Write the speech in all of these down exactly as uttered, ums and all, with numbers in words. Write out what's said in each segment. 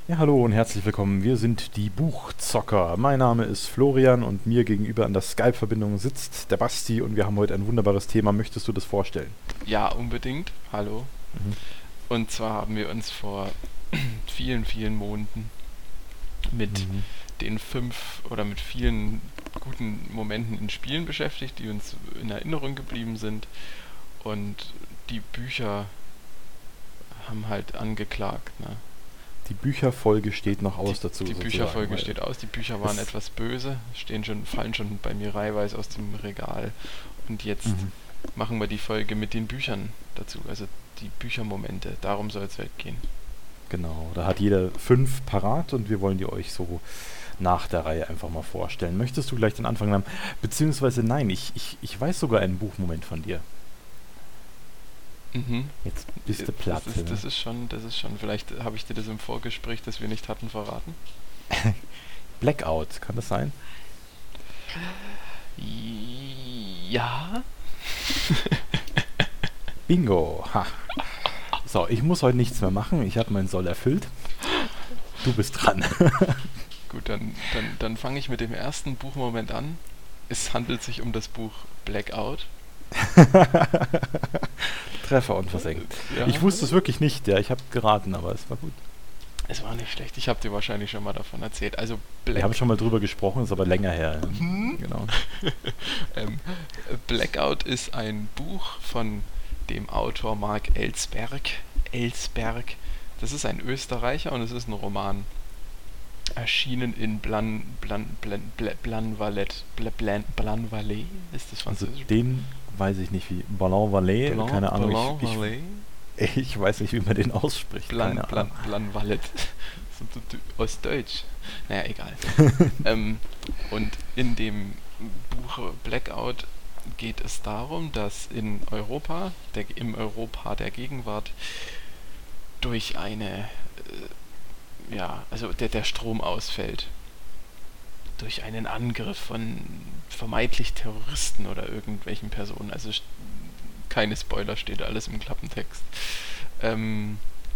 Ja, hallo und herzlich willkommen. Wir sind die Buchzocker. Mein Name ist Florian und mir gegenüber an der Skype-Verbindung sitzt der Basti und wir haben heute ein wunderbares Thema. Möchtest du das vorstellen? Ja, unbedingt. Hallo. Mhm. Und zwar haben wir uns vor vielen, vielen Monaten mit Mhm. den fünf oder mit vielen guten Momenten in Spielen beschäftigt, die uns in Erinnerung geblieben sind. Und die Bücher haben halt angeklagt. Ne? Die Bücherfolge steht noch aus Die, dazu. die sozusagen, Bücherfolge weil steht aus. Die Bücher waren es- etwas böse, stehen schon, fallen schon bei mir reihweise aus dem Regal. Und jetzt Mhm. machen wir die Folge mit den Büchern dazu, also die Büchermomente. Darum soll es halt gehen. Genau, da hat jeder fünf parat und wir wollen die euch so nach der Reihe einfach mal vorstellen. Möchtest du gleich den Anfang haben? Beziehungsweise nein, ich, ich, ich weiß sogar einen Buchmoment von dir. Mhm. Jetzt bist du platt. Das ist, ne? das ist schon, das ist schon. Vielleicht habe ich dir das im Vorgespräch, das wir nicht hatten, verraten. Blackout, kann das sein? Ja. Bingo! Ha. So, ich muss heute nichts mehr machen. Ich habe meinen Soll erfüllt. Du bist dran. Gut, dann, dann, dann fange ich mit dem ersten Buchmoment an. Es handelt sich um das Buch Blackout. Treffer und versenkt. Ja, Ich wusste es wirklich nicht, ja. Ich habe geraten, aber es war gut. es war nicht schlecht. Ich habe dir wahrscheinlich schon mal davon erzählt. Also Wir Black, haben schon mal drüber gesprochen, ist aber länger her. Hm? Genau. ähm, Blackout ist ein Buch von dem Autor Mark Ellsberg. Ellsberg. Das ist ein Österreicher und es ist ein Roman. Erschienen in Blan, Blan, Blan, Blan, Blanvalet. Blan, Blanvalet? Ist das Also französisch? den weiß ich nicht wie. Ballon Valley, Blanc- keine Ahnung. Ich, Blanvalet? ich, ich weiß nicht, wie man den ausspricht. Blan, keine Blan, Ahnung. Blanvalet. So, du- du- Ostdeutsch. Naja, egal. ähm, und in dem Buch Blackout geht es darum, dass in Europa, der, im Europa der Gegenwart, durch eine, äh, ja, also der, der Strom ausfällt. Durch einen Angriff von vermeintlich Terroristen oder irgendwelchen Personen. Also st- keine Spoiler, steht alles im Klappentext. Ähm,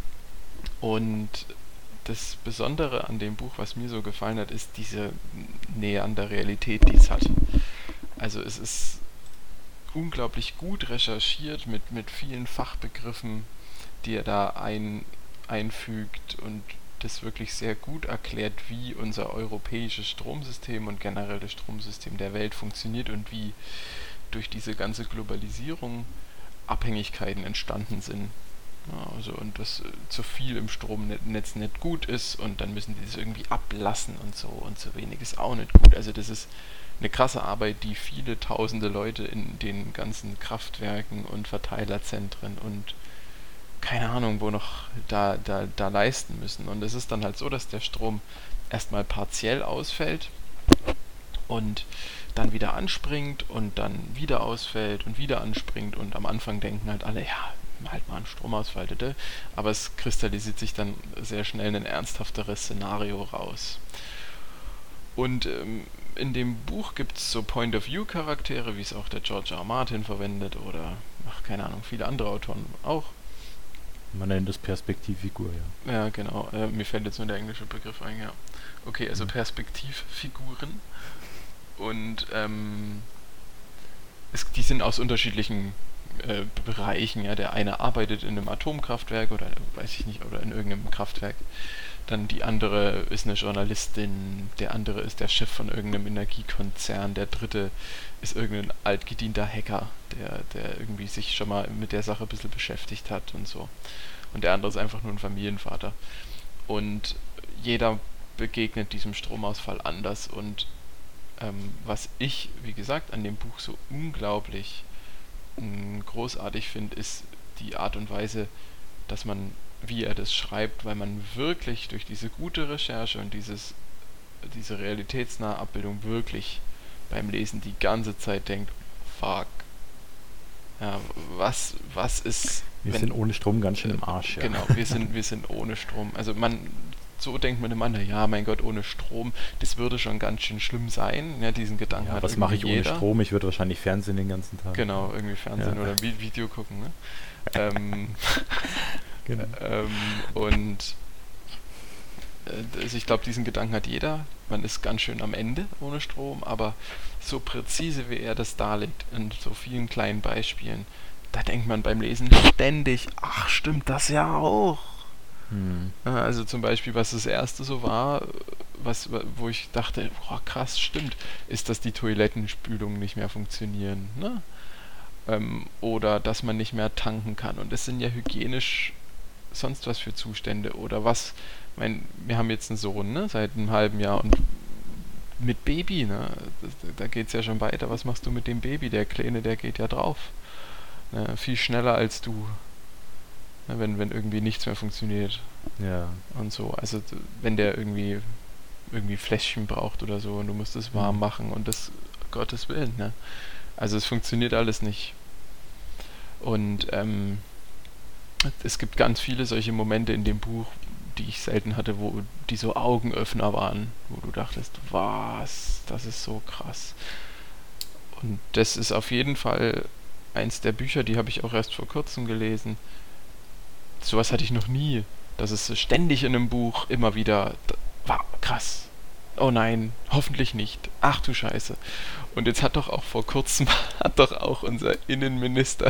und das Besondere an dem Buch, was mir so gefallen hat, ist diese Nähe an der Realität, die es hat. Also es ist unglaublich gut recherchiert mit, mit vielen Fachbegriffen, die er da ein, einfügt und das wirklich sehr gut erklärt, wie unser europäisches Stromsystem und generell das Stromsystem der Welt funktioniert und wie durch diese ganze Globalisierung Abhängigkeiten entstanden sind. Ja, also und dass äh, zu viel im Stromnetz nicht gut ist und dann müssen die das irgendwie ablassen und so und zu wenig ist auch nicht gut. Also das ist eine krasse Arbeit, die viele tausende Leute in den ganzen Kraftwerken und Verteilerzentren und keine Ahnung, wo noch da, da, da leisten müssen. Und es ist dann halt so, dass der Strom erstmal partiell ausfällt und dann wieder anspringt und dann wieder ausfällt und wieder anspringt und am Anfang denken halt alle, ja, halt mal ein Stromausfall, bitte. Aber es kristallisiert sich dann sehr schnell ein ernsthafteres Szenario raus. Und ähm, in dem Buch gibt es so Point-of-View-Charaktere, wie es auch der George R. R. Martin verwendet oder, ach, keine Ahnung, viele andere Autoren auch. Man nennt es Perspektivfigur, ja. Ja, genau. Äh, mir fällt jetzt nur der englische Begriff ein, ja. Okay, also Mhm. Perspektivfiguren. Und ähm, es, die sind aus unterschiedlichen äh, Bereichen. Ja. Der eine arbeitet in einem Atomkraftwerk oder weiß ich nicht, oder in irgendeinem Kraftwerk. Dann die andere ist eine Journalistin, der andere ist der Chef von irgendeinem Energiekonzern, der dritte ist irgendein altgedienter Hacker, der, der irgendwie sich schon mal mit der Sache ein bisschen beschäftigt hat und so. Und der andere ist einfach nur ein Familienvater. Und jeder begegnet diesem Stromausfall anders. Und ähm, was ich, wie gesagt, an dem Buch so unglaublich mh, großartig finde, ist die Art und Weise, dass man, wie er das schreibt, weil man wirklich durch diese gute Recherche und dieses, diese realitätsnahe Abbildung wirklich beim Lesen die ganze Zeit denkt, fuck, ja, was, was ist, Wir wenn, sind ohne Strom ganz schön im Arsch, ja. genau, wir sind, wir sind ohne Strom. Also man, so denkt man immer, na ja, mein Gott, ohne Strom, das würde schon ganz schön schlimm sein. Ja, diesen Gedanken Ja, hat was mache ich irgendwie ohne jeder. Strom? Ich würde wahrscheinlich Fernsehen den ganzen Tag. Genau, irgendwie Fernsehen Ja. oder Vi- Video gucken, ne? ähm, Genau. ähm, und Äh, Also ich glaube, diesen Gedanken hat jeder. Man ist ganz schön am Ende ohne Strom, aber so präzise, wie er das darlegt, in so vielen kleinen Beispielen, da denkt man beim Lesen ständig, ach stimmt das ja auch. Hm. Ja, also zum Beispiel, was das erste so war, was, wo ich dachte, boah, krass, stimmt, ist, dass die Toilettenspülungen nicht mehr funktionieren. Ne? Ähm, oder dass man nicht mehr tanken kann. Und das sind ja hygienisch sonst was für Zustände. Oder was, ich meine, wir haben jetzt einen Sohn, ne, seit einem halben Jahr und mit Baby, ne, das, da geht es ja schon weiter. Was machst du mit dem Baby? Der Kleine, der geht ja drauf. Ne, viel schneller als du, ne, wenn, wenn irgendwie nichts mehr funktioniert. Ja. Und so. Also d- wenn der irgendwie irgendwie Fläschchen braucht oder so und du musst es warm Mhm. machen und das, Gottes Willen, ne? Also es funktioniert alles nicht. Und ähm, es gibt ganz viele solche Momente in dem Buch, die ich selten hatte, wo die so Augenöffner waren, wo du dachtest, was, das ist so krass. Und das ist auf jeden Fall eins der Bücher, die habe ich auch erst vor kurzem gelesen. Sowas hatte ich noch nie. Das ist so ständig in einem Buch immer wieder, d- war krass. Oh nein, hoffentlich nicht. Ach du Scheiße. Und jetzt hat doch auch vor kurzem, hat doch auch unser Innenminister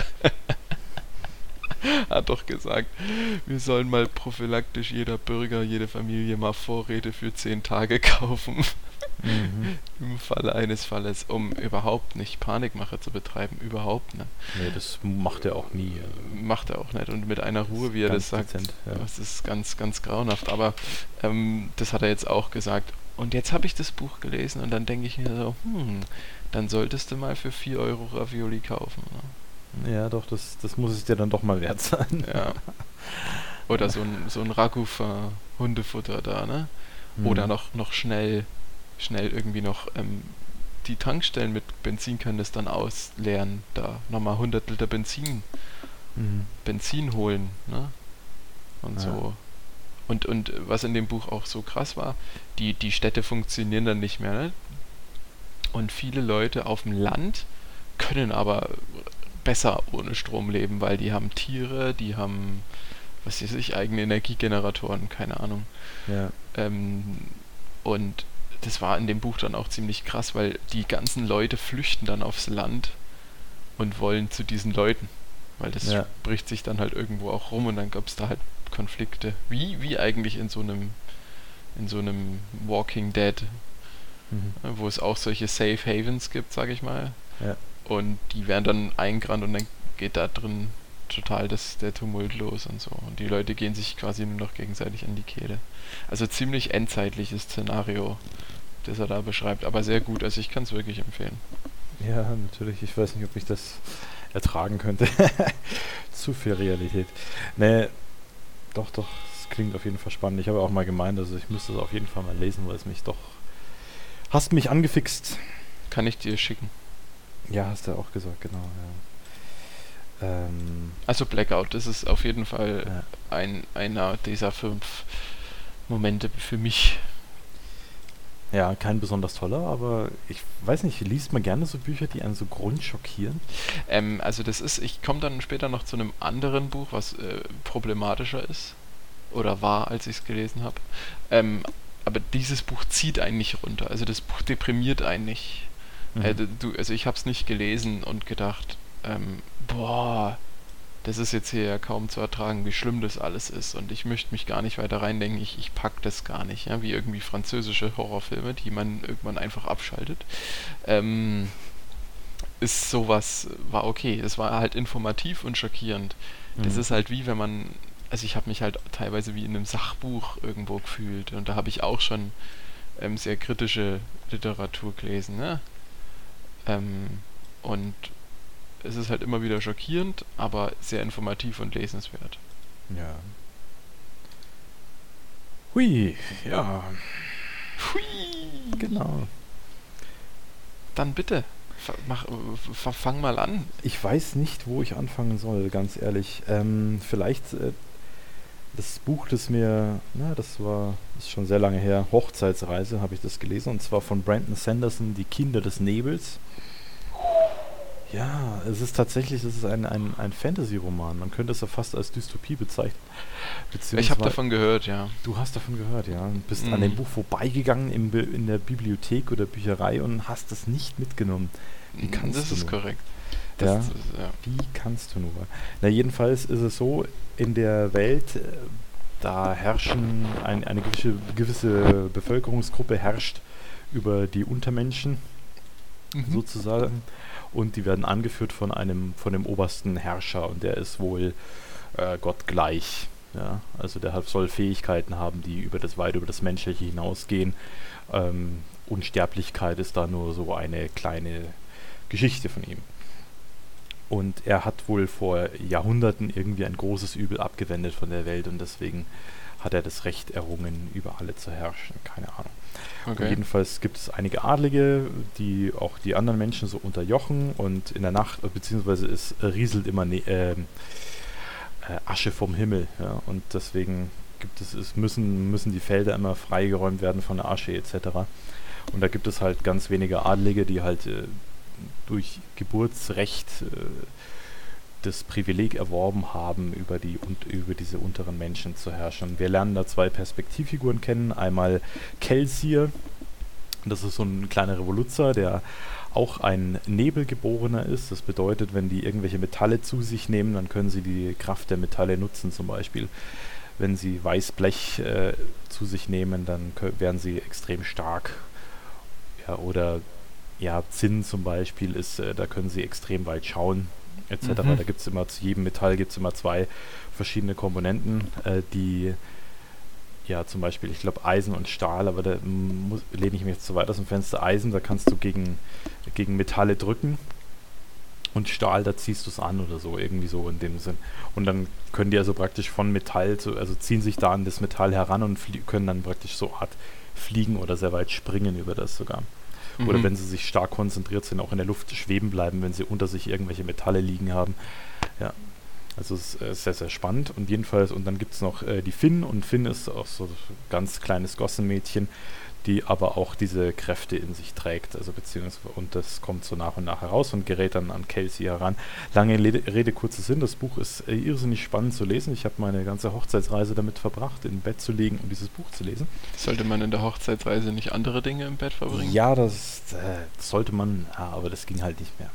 hat doch gesagt, wir sollen mal prophylaktisch jeder Bürger, jede Familie mal Vorräte für zehn Tage kaufen. Mhm. Im Falle eines Falles, um überhaupt nicht Panikmache zu betreiben. Überhaupt nicht. Nee, das macht er auch nie. Also Macht er auch nicht. Und mit einer Ruhe, wie er ganz das sagt, dezent, ja. das ist ganz, ganz grauenhaft. Aber ähm, das hat er jetzt auch gesagt. Und jetzt habe ich das Buch gelesen und dann denke ich mir so, hm, dann solltest du mal für vier Euro Ravioli kaufen. Ja, doch, das, das muss es dir dann doch mal wert sein. Ne? Ja. Oder so ein, so ein Ragout für Hundefutter da, ne? Mhm. Oder noch, noch schnell, schnell irgendwie noch ähm, die Tankstellen mit Benzinkanistern ausleeren. Da nochmal hundert Liter Benzin, Mhm. Benzin holen, ne? Und Ja. so. Und, und was in dem Buch auch so krass war, die, die Städte funktionieren dann nicht mehr, ne? Und viele Leute auf dem Land können aber besser ohne Strom leben, weil die haben Tiere, die haben, was weiß ich, eigene Energiegeneratoren, keine Ahnung. Ja. Ähm, und das war in dem Buch dann auch ziemlich krass, weil die ganzen Leute flüchten dann aufs Land und wollen zu diesen Leuten. Weil das Ja. bricht sich dann halt irgendwo auch rum und dann gab es da halt Konflikte. Wie, wie eigentlich in so einem in so einem Walking Dead, Mhm. äh, wo es auch solche Safe Havens gibt, sag ich mal. Ja. Und die werden dann eingerannt und dann geht da drin total das, der Tumult los und so. Und die Leute gehen sich quasi nur noch gegenseitig an die Kehle. Also ziemlich endzeitliches Szenario, das er da beschreibt, aber sehr gut. Also ich kann es wirklich empfehlen. Ja, natürlich. Ich weiß nicht, ob ich das ertragen könnte. Zu viel Realität. Nee, doch, doch. Es klingt auf jeden Fall spannend. Ich habe auch mal gemeint, also ich müsste es auf jeden Fall mal lesen, weil es mich doch... Hast mich angefixt. Kann ich dir schicken. Ja, hast du auch gesagt, genau. Ja. Ähm, Also Blackout, das ist auf jeden Fall ja. ein, einer dieser fünf Momente für mich. Ja, kein besonders toller, aber ich weiß nicht, liest man gerne so Bücher, die einen so grundschockieren? Ähm, also das ist, ich komme dann später noch zu einem anderen Buch, was äh, problematischer ist. Oder war, als ich es gelesen habe. Ähm, aber dieses Buch zieht einen nicht runter. Also das Buch deprimiert einen nicht. Mhm. Äh, du, also ich habe es nicht gelesen und gedacht, ähm, boah, das ist jetzt hier ja kaum zu ertragen, wie schlimm das alles ist. Und ich möchte mich gar nicht weiter reindenken, ich, ich pack das gar nicht. Ja? Wie irgendwie französische Horrorfilme, die man irgendwann einfach abschaltet. Ähm, ist sowas, war okay. Es war halt informativ und schockierend. Das Mhm. ist halt wie wenn man, also ich habe mich halt teilweise wie in einem Sachbuch irgendwo gefühlt. Und da habe ich auch schon ähm, sehr kritische Literatur gelesen. Ne? Ähm, und es ist halt immer wieder schockierend, aber sehr informativ und lesenswert. Ja. Hui, ja, Hui! genau. Dann bitte, fa- mach, fa- fang mal an. Ich weiß nicht, wo ich anfangen soll, ganz ehrlich. Ähm, vielleicht äh, das Buch, das mir, na, das war, ist schon sehr lange her, Hochzeitsreise, habe ich das gelesen, und zwar von Brandon Sanderson, Die Kinder des Nebels. Ja, es ist tatsächlich, es ist ein, ein, ein Fantasy-Roman. Man könnte es ja fast als Dystopie bezeichnen. Ich habe davon gehört, ja. Du hast davon gehört, ja. Und bist Mhm. an dem Buch vorbeigegangen im, Bi- in der Bibliothek oder Bücherei und hast es nicht mitgenommen. Wie kannst das du ist nur? korrekt. Ja. Das ist, ja. Wie kannst du nur? Na, jedenfalls ist es so, in der Welt, äh, da herrschen, ein, eine gewisse, gewisse Bevölkerungsgruppe herrscht über die Untermenschen Mhm. sozusagen, und die werden angeführt von einem, von dem obersten Herrscher, und der ist wohl äh, gottgleich. Ja? Also der hat, soll Fähigkeiten haben, die über das weit über das Menschliche hinausgehen. Ähm, Unsterblichkeit ist da nur so eine kleine Geschichte von ihm. Und er hat wohl vor Jahrhunderten irgendwie ein großes Übel abgewendet von der Welt, und deswegen hat er das Recht errungen, über alle zu herrschen. Keine Ahnung. Und Okay. jedenfalls gibt es einige Adlige, die auch die anderen Menschen so unterjochen, und in der Nacht, äh, beziehungsweise es rieselt immer ne, ähm, äh, Asche vom Himmel. Ja, und deswegen gibt es, es müssen, müssen die Felder immer freigeräumt werden von der Asche et cetera. Und da gibt es halt ganz wenige Adlige, die halt äh, durch Geburtsrecht äh, das Privileg erworben haben, über die und über diese unteren Menschen zu herrschen. Wir lernen da zwei Perspektivfiguren kennen. Einmal Kelsier, das ist so ein kleiner Revoluzer, der auch ein Nebelgeborener ist. Das bedeutet, wenn die irgendwelche Metalle zu sich nehmen, dann können sie die Kraft der Metalle nutzen. Zum Beispiel, wenn sie Weißblech äh, zu sich nehmen, dann kö- werden sie extrem stark. Ja, oder ja, Zinn zum Beispiel ist, äh, da können sie extrem weit schauen, et cetera. Mhm. Da gibt es immer, zu jedem Metall gibt es immer zwei verschiedene Komponenten, äh, die, ja, zum Beispiel, ich glaube Eisen und Stahl, aber da muss, lehne ich mich jetzt zu weit aus dem Fenster. Eisen, da kannst du gegen, gegen Metalle drücken, und Stahl, da ziehst du es an oder so, irgendwie so in dem Sinn. Und dann können die also praktisch von Metall, zu, also ziehen sich da an das Metall heran und flie- können dann praktisch so Art fliegen oder sehr weit springen über das sogar. Oder Mhm. wenn sie sich stark konzentriert sind, auch in der Luft schweben bleiben, wenn sie unter sich irgendwelche Metalle liegen haben. Ja, also es ist äh, sehr, sehr spannend. Und jedenfalls, und dann gibt es noch äh, die Finn, und Finn ist auch so ein ganz kleines Gossenmädchen, die aber auch diese Kräfte in sich trägt, also beziehungsweise, und das kommt so nach und nach heraus und gerät dann an Kelsey heran. Lange Rede, Rede kurzer Sinn, das Buch ist äh, irrsinnig spannend zu lesen. Ich habe meine ganze Hochzeitsreise damit verbracht, in Bett zu legen und dieses Buch zu lesen. Sollte man in der Hochzeitsreise nicht andere Dinge im Bett verbringen? Ja, das äh, sollte man, ja, aber das ging halt nicht mehr.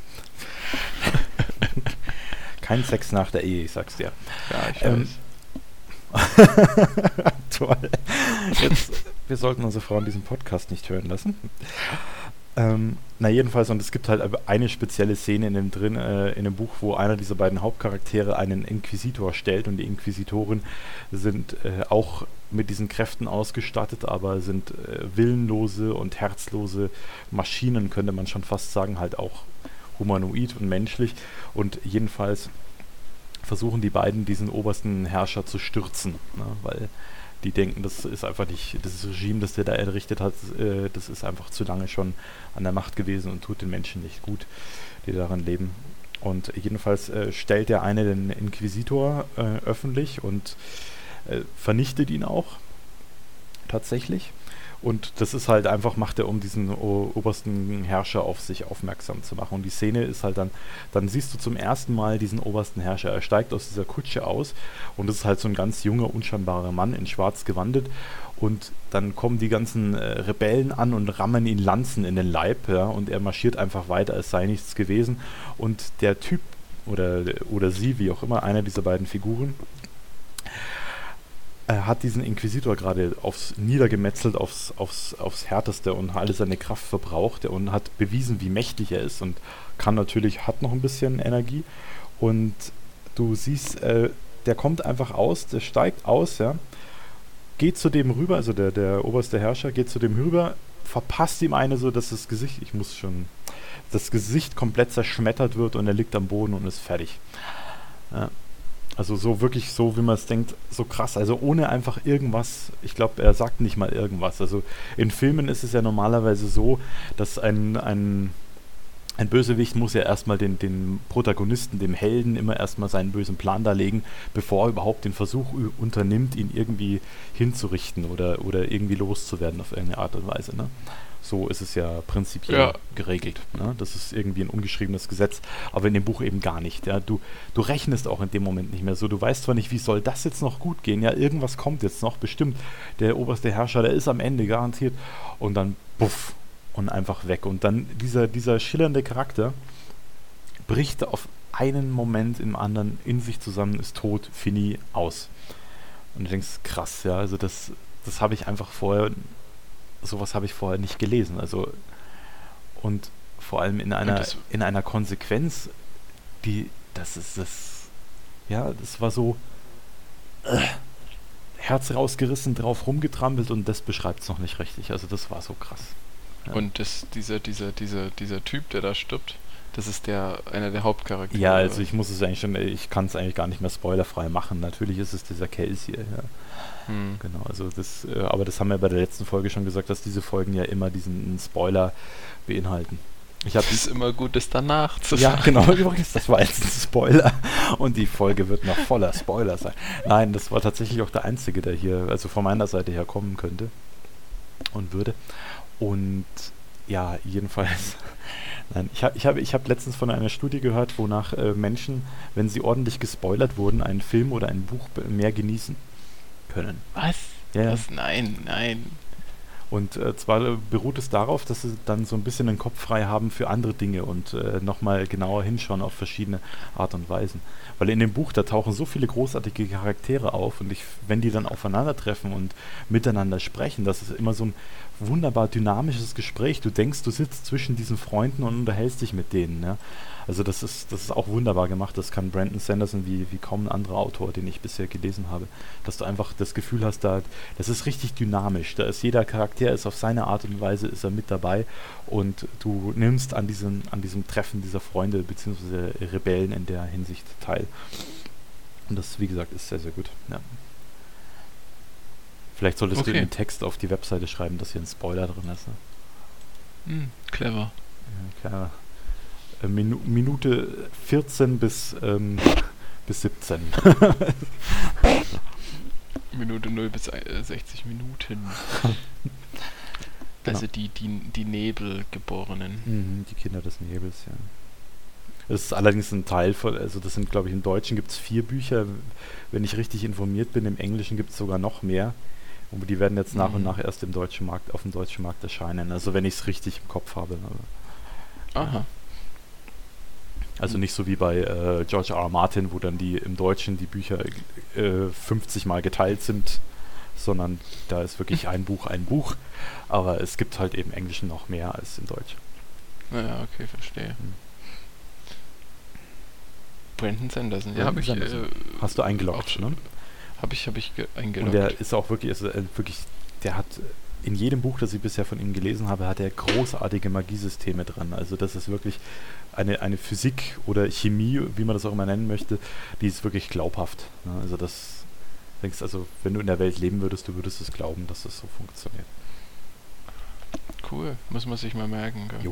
Kein Sex nach der Ehe, ich sag's dir. Ja, ich Ähm, weiß. Toll. Jetzt, wir sollten unsere Frauen diesen Podcast nicht hören lassen. Ähm, na jedenfalls, und es gibt halt aber eine spezielle Szene in dem drin, äh, in dem Buch, wo einer dieser beiden Hauptcharaktere einen Inquisitor stellt, und die Inquisitoren sind äh, auch mit diesen Kräften ausgestattet, aber sind äh, willenlose und herzlose Maschinen, könnte man schon fast sagen, halt auch humanoid und menschlich, und jedenfalls versuchen die beiden, diesen obersten Herrscher zu stürzen, ne, weil die denken, das ist einfach nicht, das Regime, das der da errichtet hat, äh, das ist einfach zu lange schon an der Macht gewesen und tut den Menschen nicht gut, die daran leben. Und jedenfalls äh, stellt der eine den Inquisitor äh, öffentlich und äh, vernichtet ihn auch tatsächlich. Und das ist halt einfach, macht er, um diesen o- obersten Herrscher auf sich aufmerksam zu machen. Und die Szene ist halt dann, dann siehst du zum ersten Mal diesen obersten Herrscher. Er steigt aus dieser Kutsche aus, und das ist halt so ein ganz junger, unscheinbarer Mann in schwarz gewandet. Und dann kommen die ganzen äh, Rebellen an und rammen ihn Lanzen in den Leib, ja, und er marschiert einfach weiter, als sei nichts gewesen. Und der Typ oder, oder sie, wie auch immer, einer dieser beiden Figuren, er hat diesen Inquisitor gerade aufs niedergemetzelt, aufs, aufs, aufs Härteste, und alle seine Kraft verbraucht, und hat bewiesen, wie mächtig er ist, und kann natürlich, hat noch ein bisschen Energie. Und du siehst, äh, der kommt einfach aus, der steigt aus, ja, geht zu dem rüber, also der, der oberste Herrscher geht zu dem rüber, verpasst ihm eine so, dass das Gesicht, ich muss schon, das Gesicht komplett zerschmettert wird, und er liegt am Boden und ist fertig. Ja. Also so wirklich so, wie man es denkt, so krass. Also ohne einfach irgendwas, ich glaube, er sagt nicht mal irgendwas. Also in Filmen ist es ja normalerweise so, dass ein, ein ein Bösewicht muss ja erstmal den, den Protagonisten, dem Helden, immer erstmal seinen bösen Plan darlegen, bevor er überhaupt den Versuch ü- unternimmt, ihn irgendwie hinzurichten oder, oder irgendwie loszuwerden auf irgendeine Art und Weise. Ne? So ist es ja prinzipiell Ja. geregelt. Ne? Das ist irgendwie ein ungeschriebenes Gesetz, aber in dem Buch eben gar nicht. Ja? Du, du rechnest auch in dem Moment nicht mehr so. Du weißt zwar nicht, wie soll das jetzt noch gut gehen. Ja, irgendwas kommt jetzt noch, bestimmt. Der oberste Herrscher, der ist am Ende garantiert. Und dann, puff, und einfach weg. Und dann dieser, dieser schillernde Charakter bricht auf einen Moment im anderen in sich zusammen, ist tot, fini, aus. Und du denkst, krass, ja, also das, das habe ich einfach vorher, sowas habe ich vorher nicht gelesen. Also, und vor allem in einer, das- in einer Konsequenz, die, das ist das, ja, das war so äh, Herz rausgerissen, drauf rumgetrampelt und das beschreibt es noch nicht richtig. Also das war so krass. Ja. Und das, dieser, dieser, dieser, dieser Typ, der da stirbt, das ist der einer der Hauptcharaktere. Ja, also ich muss es eigentlich schon, ich kann es eigentlich gar nicht mehr spoilerfrei machen. Natürlich ist es dieser Kelsey. Ja. Hm. Genau, also das, äh, aber das haben wir bei der letzten Folge schon gesagt, dass diese Folgen ja immer diesen Spoiler beinhalten. Ich Es ist immer gut, das danach zu Ja, sagen. genau, übrigens, das war jetzt ein Spoiler und die Folge wird noch voller Spoiler sein. Nein, das war tatsächlich auch der einzige, der hier, also von meiner Seite her kommen könnte und würde. Und ja, jedenfalls, nein, ich habe ich hab, ich hab letztens von einer Studie gehört, wonach äh, Menschen, wenn sie ordentlich gespoilert wurden, einen Film oder ein Buch be- mehr genießen können. Was? Ja, ja. Was? Nein, nein. Und äh, zwar äh, beruht es darauf, dass sie dann so ein bisschen den Kopf frei haben für andere Dinge und äh, nochmal genauer hinschauen auf verschiedene Art und Weisen. Weil in dem Buch, da tauchen so viele großartige Charaktere auf und ich, wenn die dann aufeinandertreffen und miteinander sprechen, das ist immer so ein wunderbar dynamisches Gespräch. Du denkst, du sitzt zwischen diesen Freunden und unterhältst dich mit denen. Ja? Also das ist, das ist auch wunderbar gemacht. Das kann Brandon Sanderson wie, wie kaum ein anderer Autor, den ich bisher gelesen habe. Dass du einfach das Gefühl hast, da, das ist richtig dynamisch. Da ist jeder Charakter ist auf seine Art und Weise ist er mit dabei und du nimmst an diesem, an diesem Treffen dieser Freunde bzw. Rebellen in der Hinsicht teil. Und das, wie gesagt, ist sehr, sehr gut. Ja. Vielleicht solltest Okay. du in den Text auf die Webseite schreiben, dass hier ein Spoiler drin ist. Ne? Hm, clever. Ja, klar. Äh, Minu Minute vierzehn bis, ähm, bis siebzehn. Minute null bis äh, sechzig Minuten. Genau. Also die, die, die Nebelgeborenen. Mhm, die Kinder des Nebels, ja. Das ist allerdings ein Teil von, also das sind, glaube ich, im Deutschen gibt es vier Bücher, wenn ich richtig informiert bin, im Englischen gibt es sogar noch mehr. Und die werden jetzt nach Mhm. und nach erst im deutschen Markt, auf dem deutschen Markt erscheinen, also wenn ich es richtig im Kopf habe. Aber Aha. also nicht so wie bei äh, George R. R. Martin, wo dann die im Deutschen die Bücher äh, fünfzig Mal geteilt sind, sondern da ist wirklich ein Buch ein Buch, aber es gibt halt eben im Englischen noch mehr als im Deutschen. Naja, okay, verstehe. Hm. Brandon Sanderson, ja, Brandon habe ich. Sanderson. Äh, Hast du eingeloggt, auch schon- ne? Habe ich, habe ich ge- Und eingeloggt. der ist auch wirklich, also äh, wirklich, der hat in jedem Buch, das ich bisher von ihm gelesen habe, hat er großartige Magiesysteme dran. Also das ist wirklich eine, eine Physik oder Chemie, wie man das auch immer nennen möchte, die ist wirklich glaubhaft. Ne? Also das denkst, also wenn du in der Welt leben würdest, du würdest es glauben, dass das so funktioniert. Cool, muss man sich mal merken. Gell? Jo.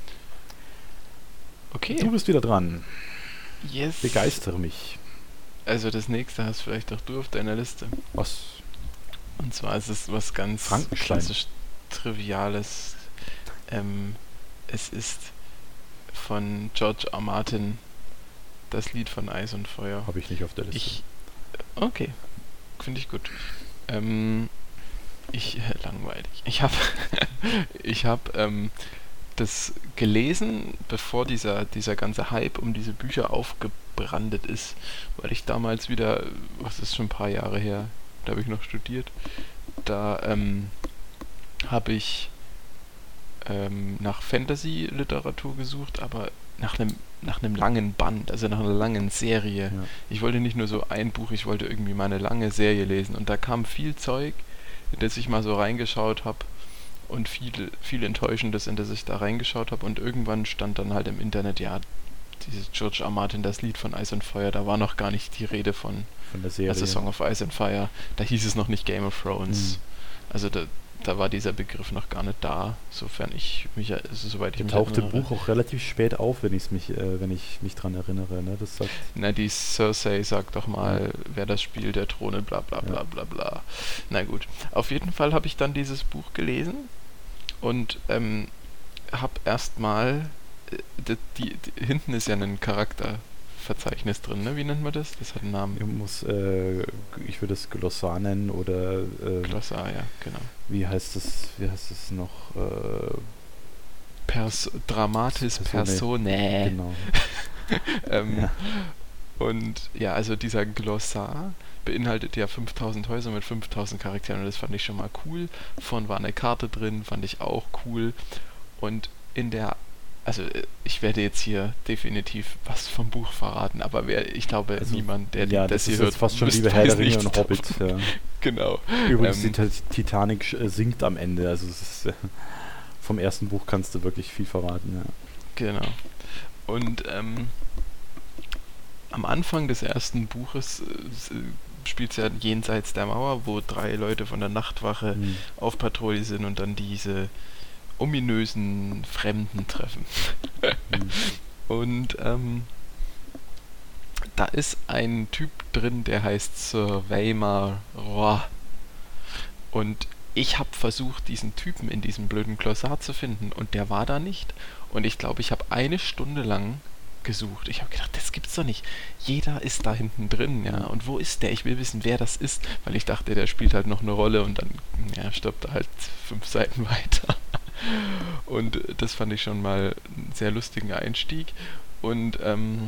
Okay, Du bist wieder dran. yes. Begeistere mich. Also das nächste hast vielleicht auch du auf deiner Liste. Was? Und zwar ist es was ganz Frankenstein. klassisch Triviales. Ähm, es ist von George R. R. Martin das Lied von Eis und Feuer. Habe ich nicht auf der Liste. Ich. Okay, finde ich gut. Ähm, ich. Äh, langweilig. Ich habe. ich habe ähm, das gelesen, bevor dieser, dieser ganze Hype um diese Bücher aufgebrandet ist, weil ich damals wieder, was ist schon ein paar Jahre her, da habe ich noch studiert, da ähm, habe ich ähm, nach Fantasy-Literatur gesucht, aber nach einem nach einem langen Band, also nach einer langen Serie. Ja. Ich wollte nicht nur so ein Buch, ich wollte irgendwie mal eine lange Serie lesen und da kam viel Zeug, in das ich mal so reingeschaut habe und viel, viel Enttäuschendes, in das ich da reingeschaut habe und irgendwann stand dann halt im Internet, ja, dieses George R. R. Martin, das Lied von Ice and Fire, da war noch gar nicht die Rede von, Von der Serie. also Song of Ice and Fire, da hieß es noch nicht Game of Thrones. Mhm. Also da, da war dieser Begriff noch gar nicht da, sofern ich mich, also soweit ich Der mich taucht im erinnere. Buch auch relativ spät auf, wenn ich's mich, äh, wenn ich mich dran erinnere. Ne? Das sagt, Na, die Cersei sagt doch mal, Ja. wer das Spiel der Throne, bla bla bla Ja. bla bla. Na gut, auf jeden Fall habe ich dann dieses Buch gelesen und ähm, habe erstmal, äh, die, die, die, hinten ist ja ein Charakterverzeichnis drin, ne? Wie nennt man das? Das hat einen Namen. ich muss, äh, ich würde es Glossar nennen oder äh, Glossar, ja, genau. wie heißt es, wie heißt es noch? Äh, Pers Dramatis Personae. Personae. Genau. ähm, Ja. Und ja, also dieser Glossar beinhaltet ja fünftausend Häuser mit fünftausend Charakteren und das fand ich schon mal cool. Vorn war eine Karte drin, fand ich auch cool. Und in der, also äh, ich werde jetzt hier definitiv was vom Buch verraten, aber wer, ich glaube Also, niemand, der ja, das das hier ist hört, jetzt fast schon wisst- wie bei Herr weiß der Ringe nichts und davon. Hobbit. Ja. Genau. Übrigens, Ähm, die Ti- Titanic sch- äh, sinkt am Ende. Also es ist, äh, vom ersten Buch kannst du wirklich viel verraten. Ja. Genau. Und ähm, am Anfang des ersten Buches äh, spielt es ja jenseits der Mauer, wo drei Leute von der Nachtwache Hm. auf Patrouille sind und dann diese ominösen Fremden treffen. Hm. Und ähm, da ist ein Typ drin, der heißt Sir Waymar Roy. Und ich habe versucht, diesen Typen in diesem blöden Glossar zu finden und der war da nicht. Und ich glaube, ich habe eine Stunde lang gesucht. Ich habe gedacht, das gibt's doch nicht. Jeder ist da hinten drin, ja. Und wo ist der? Ich will wissen, wer das ist, weil ich dachte, der spielt halt noch eine Rolle und dann ja, stirbt er halt fünf Seiten weiter. Und das fand ich schon mal einen sehr lustigen Einstieg. Und ähm,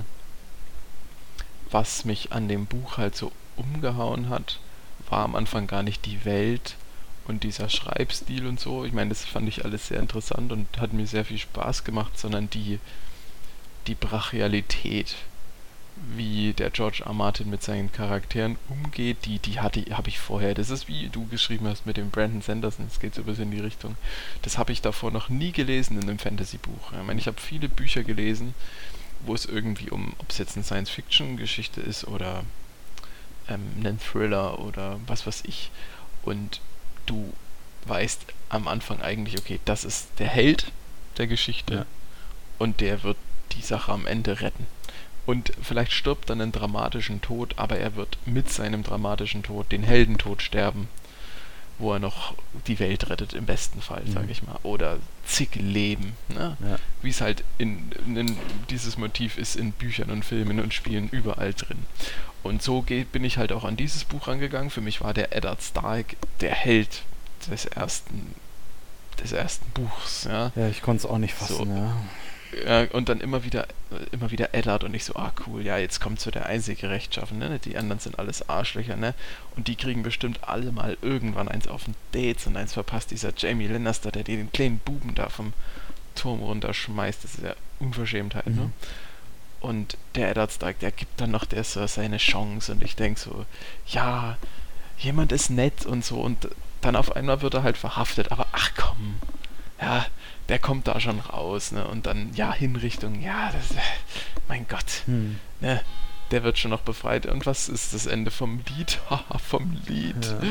was mich an dem Buch halt so umgehauen hat, war am Anfang gar nicht die Welt und dieser Schreibstil und so. Ich meine, das fand ich alles sehr interessant und hat mir sehr viel Spaß gemacht, sondern die, die Brachialität, wie der George R. Martin mit seinen Charakteren umgeht, die, die hatte, habe ich vorher. Das ist wie du geschrieben hast mit dem Brandon Sanderson, das geht so ein bisschen in die Richtung. Das habe ich davor noch nie gelesen in einem Fantasy-Buch. Ich meine, ich habe viele Bücher gelesen, wo es irgendwie um, ob es jetzt eine Science-Fiction-Geschichte ist oder ähm, einen Thriller oder was weiß ich. Und du weißt am Anfang eigentlich, okay, das ist der Held der Geschichte Ja. und der wird die Sache am Ende retten. Und vielleicht stirbt dann einen dramatischen Tod, aber er wird mit seinem dramatischen Tod den Heldentod sterben, wo er noch die Welt rettet, im besten Fall, Mhm. sage ich mal. Oder zig Leben, ne? Ja. Wie es halt in, in dieses Motiv ist in Büchern und Filmen und Spielen überall drin. Und so geht, bin ich halt auch an dieses Buch rangegangen. Für mich war der Eddard Stark der Held des ersten, des ersten Buchs, ja. Ja, ich konnte es auch nicht fassen. So. Ja. Ja, und dann immer wieder, immer wieder Eddard und ich so, ah cool, ja, jetzt kommt so der einzige Rechtschaffene, ne? Die anderen sind alles Arschlöcher, ne? Und die kriegen bestimmt alle mal irgendwann eins auf den Dates und eins verpasst dieser Jamie Lannister, der den kleinen Buben da vom Turm runterschmeißt, das ist ja Unverschämtheit, ne? Mhm. Und der Eddard Stark, der gibt dann noch der Cersei eine Chance und ich denk so, ja, jemand ist nett und so und dann auf einmal wird er halt verhaftet, aber ach komm, ja, der kommt da schon raus, ne? Und dann, ja, Hinrichtung, ja, das, äh, mein Gott, Hm. ne? Der wird schon noch befreit. Und was ist das Ende vom Lied? Haha, vom Lied.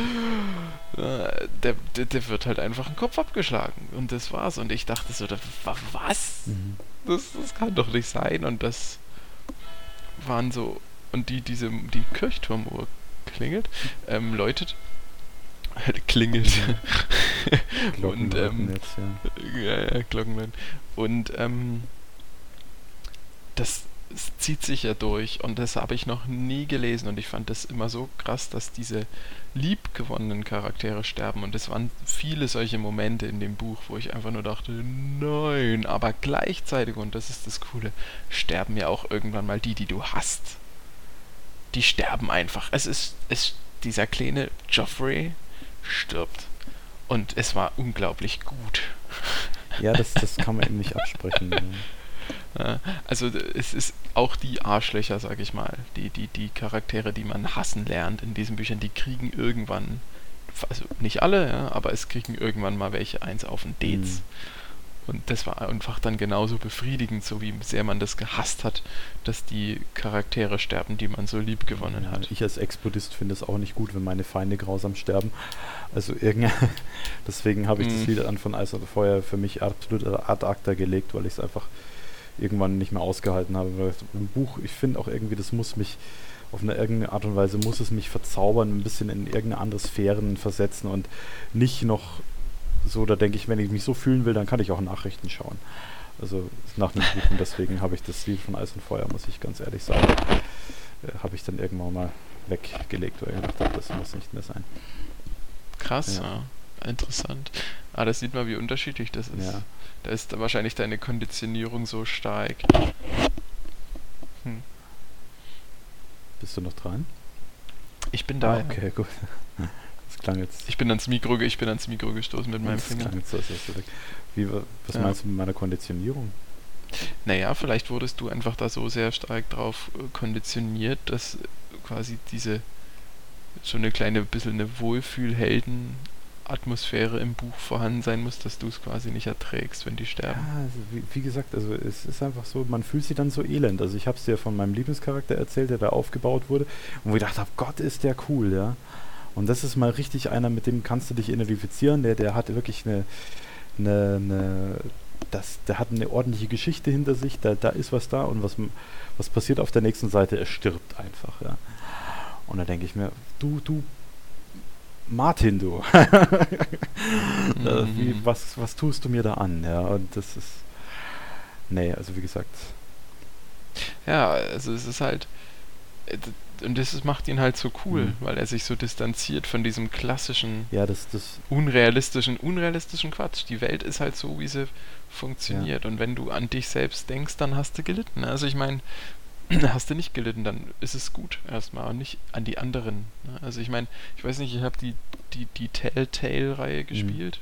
Ja. Äh, der, der, der wird halt einfach den Kopf abgeschlagen. Und das war's. Und ich dachte so, da, wa- was? Mhm. Das, das kann doch nicht sein. Und das waren so, und die, diese, die Kirchturmuhr klingelt, ähm, läutet, klingelt. Glocken Und, läuten ähm, jetzt, ja. Ja, ja, Glockenläuten. Und ähm, das es zieht sich ja durch und das habe ich noch nie gelesen und ich fand das immer so krass, dass diese liebgewonnenen Charaktere sterben und es waren viele solche Momente in dem Buch, wo ich einfach nur dachte, nein, aber gleichzeitig, und das ist das Coole, sterben ja auch irgendwann mal die, die du hast. Die sterben einfach. Es ist, es, dieser kleine Joffrey stirbt. Und es war unglaublich gut. Ja, das, das kann man eben nicht absprechen. Ja. Ja, also d- es ist auch die Arschlöcher, sag ich mal, die, die, die Charaktere, die man hassen lernt in diesen Büchern, die kriegen irgendwann, also nicht alle, ja, aber es kriegen irgendwann mal welche eins auf den Dates. Und das war einfach dann genauso befriedigend, so wie sehr man das gehasst hat, dass die Charaktere sterben, die man so lieb gewonnen Ja, hat. ich als Ex-Buddhist finde es auch nicht gut, wenn meine Feinde grausam sterben. Also irgend deswegen habe ich Mhm. das Lied an von Eis und Feuer für mich absolut ad acta gelegt, weil ich es einfach irgendwann nicht mehr ausgehalten habe. Weil im Buch, ich finde auch irgendwie, das muss mich auf eine irgendeine Art und Weise muss es mich verzaubern, ein bisschen in irgendeine andere Sphären versetzen und nicht noch so, da denke ich, wenn ich mich so fühlen will, dann kann ich auch Nachrichten schauen. Also nach einem Buch und deswegen habe ich das Lied von Eis und Feuer, muss ich ganz ehrlich sagen, äh, habe ich dann irgendwann mal weggelegt, weil ich gedacht habe, das muss nicht mehr sein. Krass, Ja. ja. Interessant. Ah, das sieht man, wie unterschiedlich das ist. Ja. Da ist da wahrscheinlich deine Konditionierung so stark. Hm. Bist du noch dran? Ich bin da. Ah, okay, gut. Das klang jetzt. Ich bin ans Mikro, ge- ich bin ans Mikro gestoßen mit meinem das Finger. klang jetzt so, als wärst du weg. Wie, wa- was Ja. meinst du mit meiner Konditionierung? Naja, vielleicht wurdest du einfach da so sehr stark drauf äh, konditioniert, dass äh, quasi diese so eine kleine bisschen eine Wohlfühl-Helden-Atmosphäre im Buch vorhanden sein muss, dass du es quasi nicht erträgst, wenn die sterben. Ja, also wie, wie gesagt, also es ist einfach so, man fühlt sich dann so elend. Also ich habe es dir von meinem Lieblingscharakter erzählt, der da aufgebaut wurde, und wo ich dachte, Gott, ist der cool, ja. Und das ist mal richtig einer, mit dem kannst du dich identifizieren, der, der hat wirklich eine, eine, eine das, der hat eine ordentliche Geschichte hinter sich, da, da ist was da und was, was passiert auf der nächsten Seite, er stirbt einfach, ja. Und da denke ich mir, du, du, Martin, du, äh, wie, Mhm. was, was tust du mir da an, ja, und das ist, nee, also wie gesagt, Ja, also es ist halt, äh, d- und das ist, macht ihn halt so cool, Mhm. weil er sich so distanziert von diesem klassischen, ja, das, das, unrealistischen, unrealistischen Quatsch. Die Welt ist halt so, wie sie funktioniert. Und wenn du an dich selbst denkst, dann hast du gelitten. Also ich meine, hast du nicht gelitten, dann ist es gut erstmal und nicht an die anderen. Ne? Also ich meine, ich weiß nicht, ich habe die, die, die Telltale-Reihe gespielt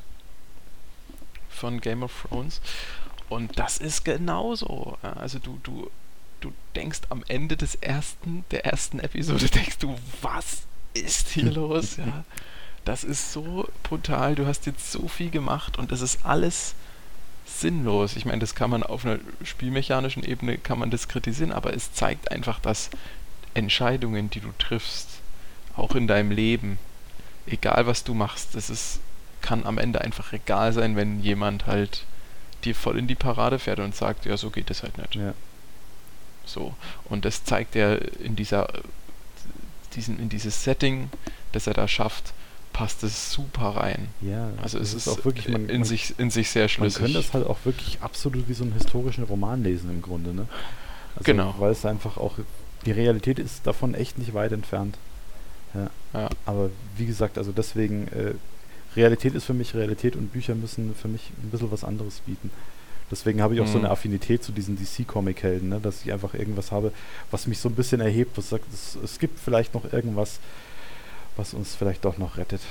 von Game of Thrones und das ist genauso. Ja? Also du, du, du denkst am Ende des ersten, der ersten Episode, denkst du, was ist hier los? Ja? Das ist so brutal, du hast jetzt so viel gemacht und es ist alles sinnlos. Ich meine, das kann man auf einer spielmechanischen Ebene, kann man das kritisieren, aber es zeigt einfach, dass Entscheidungen, die du triffst, auch in deinem Leben, egal was du machst, das ist, kann am Ende einfach egal sein, wenn jemand halt dir voll in die Parade fährt und sagt, ja, so geht es halt nicht. ja. So. Und das zeigt er in dieser, diesen, in dieses Setting, das er da schafft, passt es super rein. Ja, Also es ist auch wirklich, man, in, man, sich, in sich sehr man schlüssig. könnte das halt auch wirklich absolut wie so einen historischen Roman lesen im Grunde, ne? Also, Genau. weil es einfach auch, die Realität ist davon echt nicht weit entfernt. Ja. Ja. Aber wie gesagt, also deswegen, äh, Realität ist für mich Realität und Bücher müssen für mich ein bisschen was anderes bieten. Deswegen habe ich auch so Mhm. eine Affinität zu diesen D C-Comic-Helden, ne? Dass ich einfach irgendwas habe, was mich so ein bisschen erhebt, was sagt, es, es gibt vielleicht noch irgendwas, was uns vielleicht doch noch rettet.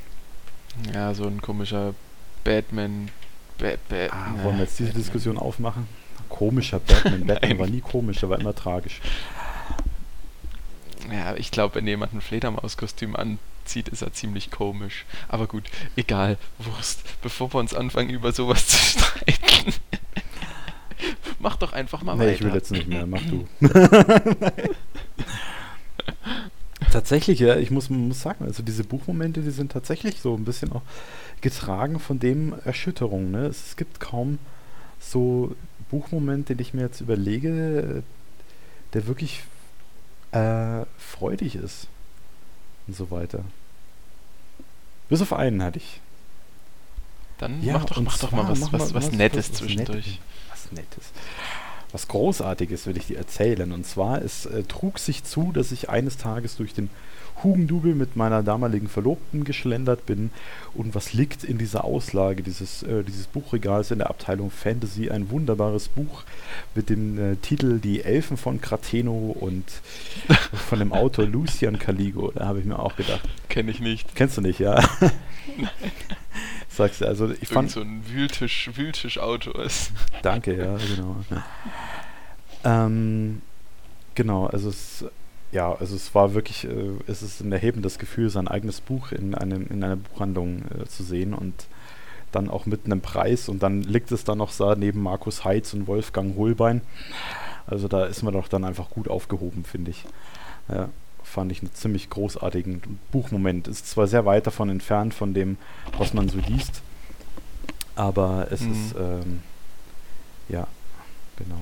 Ja, so ein komischer Batman. Ba ba Ah, na, wollen wir jetzt diese Batman. Diskussion aufmachen? Komischer Batman. Batman Nein. war nie komisch, er war immer tragisch. Ja, ich glaube, wenn jemand ein Fledermauskostüm anzieht, ist er ziemlich komisch. Aber gut, egal, Wurst. Bevor wir uns anfangen, über sowas zu streiten. Mach doch einfach mal Nee, weiter. ich will jetzt nicht mehr, mach du. Tatsächlich, ja, ich muss, muss sagen, also diese Buchmomente, die sind tatsächlich so ein bisschen auch getragen von dem Erschütterung. Ne? Es, es gibt kaum so Buchmomente, den ich mir jetzt überlege, der wirklich äh, freudig ist und so weiter. Bis auf einen hatte ich. Dann Ja, mach doch, und mach doch mal zwar was, mach was, mal was was- Nettes was- was zwischendurch. Nettes. Was Nettes. Was Großartiges will ich dir erzählen. Und zwar, es äh, trug sich zu, dass ich eines Tages durch den Hugendubel mit meiner damaligen Verlobten geschlendert bin. Und was liegt in dieser Auslage dieses, äh, dieses Buchregals in der Abteilung Fantasy? Ein wunderbares Buch mit dem äh, Titel Die Elfen von Krateno und von dem Autor Lucian Caligo. Da habe ich mir auch gedacht. Kenn ich nicht. Kennst du nicht, ja? Sagst du, also ich Irgend fand... so ein Wühltisch, Wühltisch-Autor ist. Danke, ja, genau. Ja. Ähm, genau, also es, ja, also es war wirklich, äh, es ist ein erhebendes Gefühl, sein eigenes Buch in einem in einer Buchhandlung äh, zu sehen und dann auch mit einem Preis und dann liegt es dann noch da neben Markus Heitz und Wolfgang Hohlbein. Also da ist man doch dann einfach gut aufgehoben, finde ich. Ja, fand ich einen ziemlich großartigen Buchmoment. Ist zwar sehr weit davon entfernt von dem, was man so liest, aber es Mhm. ist, ähm, ja, genau.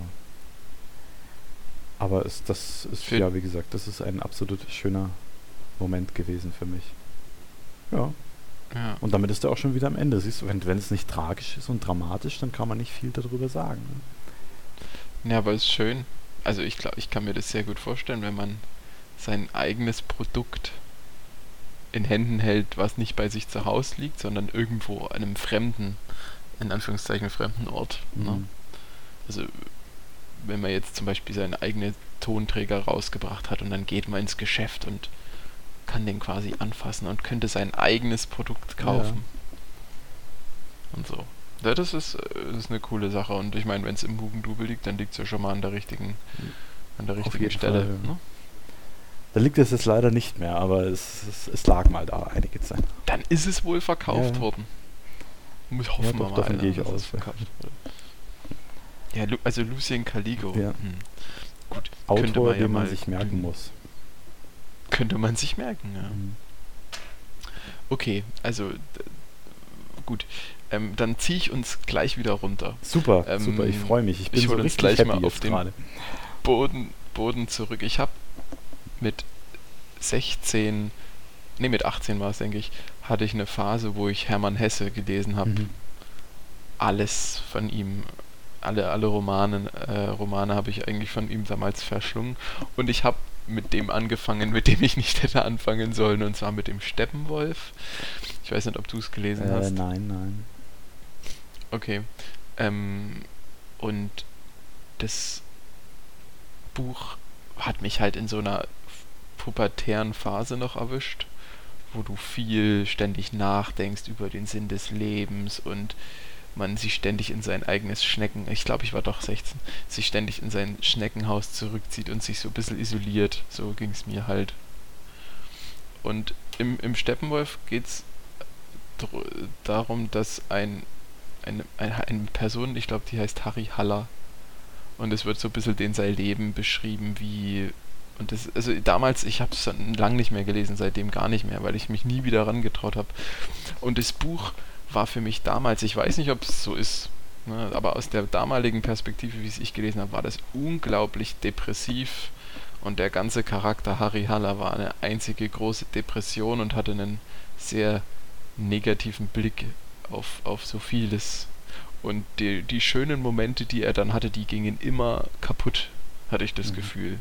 Aber es, das ist, Für- ja, wie gesagt, das ist ein absolut schöner Moment gewesen für mich. Ja, Ja. und damit ist er auch schon wieder am Ende. Siehst du, wenn, wenn es nicht tragisch ist und dramatisch, dann kann man nicht viel darüber sagen. Ne? Ja, aber ist schön. Also ich glaube, ich kann mir das sehr gut vorstellen, wenn man sein eigenes Produkt in Händen hält, was nicht bei sich zu Hause liegt, sondern irgendwo an einem fremden, in Anführungszeichen fremden Ort. Ne? Mhm. Also wenn man jetzt zum Beispiel seinen eigenen Tonträger rausgebracht hat und dann geht man ins Geschäft und kann den quasi anfassen und könnte sein eigenes Produkt kaufen. Und so. Ja, das ist, äh, das ist eine coole Sache. Und ich meine, wenn es im Hugendubel liegt, dann liegt es ja schon mal an der richtigen, an der Auf richtigen jeden Stelle. Fall, ja. Ne? Da liegt es jetzt leider nicht mehr, aber es, es, es lag mal da einige Zeit. Dann ist es wohl verkauft Ja. worden. Muss hoffen Ja, wir doch, mal. davon ne, gehe ich dass es aus. verkauft wurde. Ja, Lu also Lucien Caligo. Ja. Hm. Gut, könnte Autor, man ja den man mal sich merken googeln. muss. Könnte man sich merken, ja. Mhm. Okay, also d- gut. Ähm, dann ziehe ich uns gleich wieder runter. Super, Ähm, super, ich freue mich. Ich bin ich so hol uns richtig gleich happy mal auf jetzt den- gerade. Boden, Boden zurück. Ich habe mit sechzehn, nee, mit achtzehn war es, denke ich, hatte ich eine Phase, wo ich Hermann Hesse gelesen habe. Mhm. Alles von ihm, alle, alle Romane, äh, Romane habe ich eigentlich von ihm damals verschlungen. Und ich habe mit dem angefangen, mit dem ich nicht hätte anfangen sollen, und zwar mit dem Steppenwolf. Ich weiß nicht, ob du es gelesen Äh, hast. nein, nein. Okay. Ähm, und das Buch hat mich halt in so einer pubertären Phase noch erwischt, wo du viel ständig nachdenkst über den Sinn des Lebens und man sich ständig in sein eigenes Schnecken, ich glaube, ich war doch sechzehn, sich ständig in sein Schneckenhaus zurückzieht und sich so ein bisschen isoliert. So ging es mir halt. Und im, im Steppenwolf geht es dr- darum, dass ein, eine, eine, eine Person, ich glaube, die heißt Harry Haller, und es wird so ein bisschen den sein Leben beschrieben, wie, und das, also damals, ich habe es lang nicht mehr gelesen, seitdem gar nicht mehr, weil ich mich nie wieder rangetraut habe. Und das Buch war für mich damals, ich weiß nicht, ob es so ist, ne, aber aus der damaligen Perspektive, wie es ich gelesen habe, war das unglaublich depressiv, und der ganze Charakter Harry Haller war eine einzige große Depression und hatte einen sehr negativen Blick auf, auf so vieles. Und die, die schönen Momente, die er dann hatte, die gingen immer kaputt, hatte ich das Mhm. Gefühl.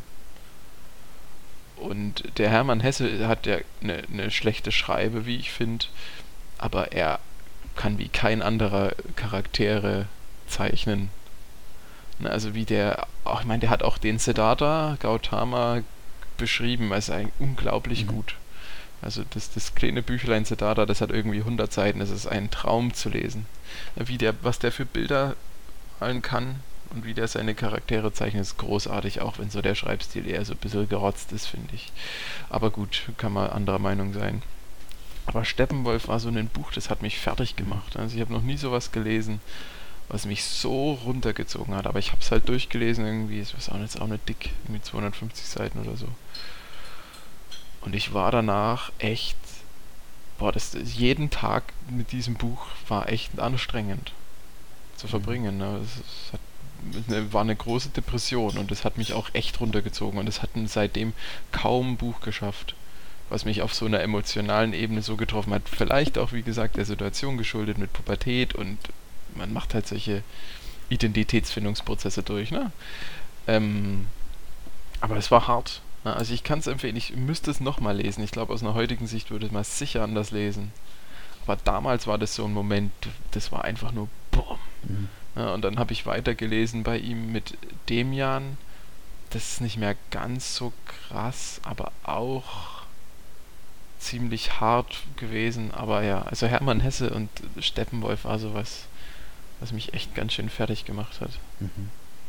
Und der Hermann Hesse hat ja eine ne schlechte Schreibe, wie ich finde, aber er kann wie kein anderer Charaktere zeichnen. Ne, also wie der, ach, ich meine, der hat auch den Siddhartha Gautama beschrieben, also eigentlich unglaublich Mhm. gut. Also das, das kleine Büchlein Siddhartha, das hat irgendwie hundert Seiten, das ist ein Traum zu lesen. Wie der, was der für Bilder malen kann und wie der seine Charaktere zeichnet, ist großartig, auch wenn so der Schreibstil eher so ein bisschen gerotzt ist, finde ich. Aber gut, kann man anderer Meinung sein. Aber Steppenwolf war so ein Buch, das hat mich fertig gemacht. Also ich habe noch nie sowas gelesen, was mich so runtergezogen hat. Aber ich habe es halt durchgelesen irgendwie, es ist auch nicht, auch nicht dick, irgendwie zweihundertfünfzig Seiten oder so. Und ich war danach echt, boah, das, jeden Tag mit diesem Buch war echt anstrengend zu verbringen. Ne? Es, es hat, es war eine große Depression und es hat mich auch echt runtergezogen, und es hat seitdem kaum ein Buch geschafft, was mich auf so einer emotionalen Ebene so getroffen hat. Vielleicht auch, wie gesagt, der Situation geschuldet mit Pubertät, und man macht halt solche Identitätsfindungsprozesse durch. Ne? Ähm, aber es war hart. Ne? Also ich kann es empfehlen, ich müsste es nochmal lesen. Ich glaube, aus einer heutigen Sicht würde man es sicher anders lesen. Aber damals war das so ein Moment, das war einfach nur boom. Mhm. Ja, und dann habe ich weitergelesen bei ihm mit Demian. Das ist nicht mehr ganz so krass, aber auch ziemlich hart gewesen. Aber ja, also Hermann Hesse und Steppenwolf war sowas, was mich echt ganz schön fertig gemacht hat. Mhm.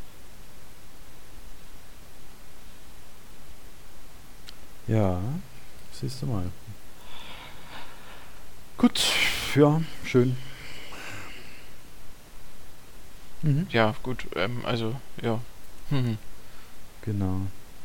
Ja, siehst du mal. Gut, ja, schön. Mhm. Ja, gut, ähm, also, ja. Hm. Genau.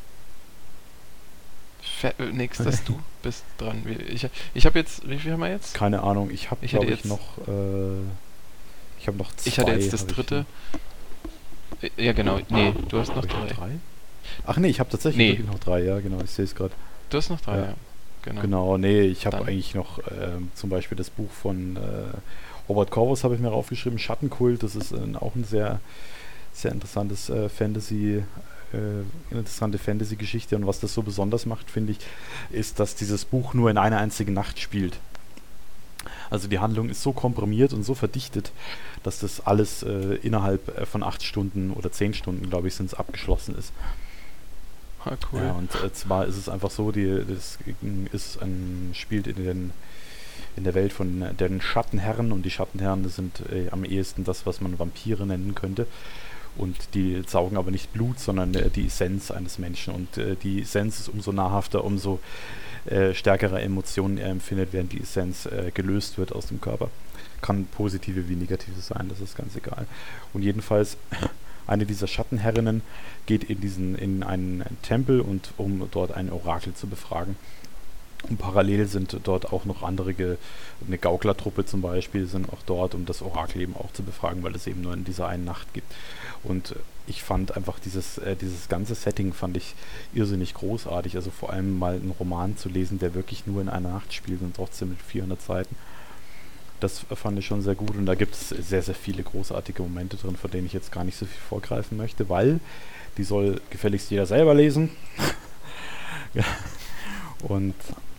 Fe äh, nächstes, du bist dran. Wie- Ich, ich habe jetzt, wie viel haben wir jetzt? Keine Ahnung, ich habe, Ich hatte glaube ich, jetzt, noch, äh, ich habe noch ich hatte zwei, jetzt das habe ich noch. dritte. Äh, Ja, genau, nee, du hast noch Habe ich noch drei. drei? Ach nee, ich habe tatsächlich Nee, wirklich noch drei, ja, genau, ich sehe es gerade. du hast noch drei, Ja, ja. Genau. genau, nee, ich habe Dann. eigentlich noch ähm, zum Beispiel das Buch von äh, Robert Corvus habe ich mir raufgeschrieben, Schattenkult, das ist äh, auch ein sehr, sehr interessantes äh, Fantasy, äh, interessante Fantasy-Geschichte und was das so besonders macht, finde ich, ist, dass dieses Buch nur in einer einzigen Nacht spielt. Also die Handlung ist so komprimiert und so verdichtet, dass das alles äh, innerhalb äh, von acht Stunden oder zehn Stunden, glaube ich, sind es abgeschlossen ist. Ah, cool. Ja, und äh, zwar ist es einfach so, die, das ist ein, spielt in, den, in der Welt von den Schattenherren und die Schattenherren, das sind äh, am ehesten das, was man Vampire nennen könnte. Und die saugen aber nicht Blut, sondern äh, die Essenz eines Menschen. Und äh, die Essenz ist umso nahrhafter, umso äh, stärkere Emotionen er empfindet, während die Essenz äh, gelöst wird aus dem Körper. Kann positive wie negative sein, das ist ganz egal. Und jedenfalls, eine dieser Schattenherrinnen geht in diesen in einen Tempel, und um dort ein Orakel zu befragen. Und parallel sind dort auch noch andere, ge eine Gauklertruppe zum Beispiel, sind auch dort, um das Orakel eben auch zu befragen, weil es eben nur in dieser einen Nacht gibt. Und ich fand einfach dieses, äh, dieses ganze Setting fand ich irrsinnig großartig. Also vor allem mal einen Roman zu lesen, der wirklich nur in einer Nacht spielt und trotzdem mit vierhundert Seiten. Das fand ich schon sehr gut, und da gibt es sehr, sehr viele großartige Momente drin, von denen ich jetzt gar nicht so viel vorgreifen möchte, weil die soll gefälligst jeder selber lesen. Ja. Und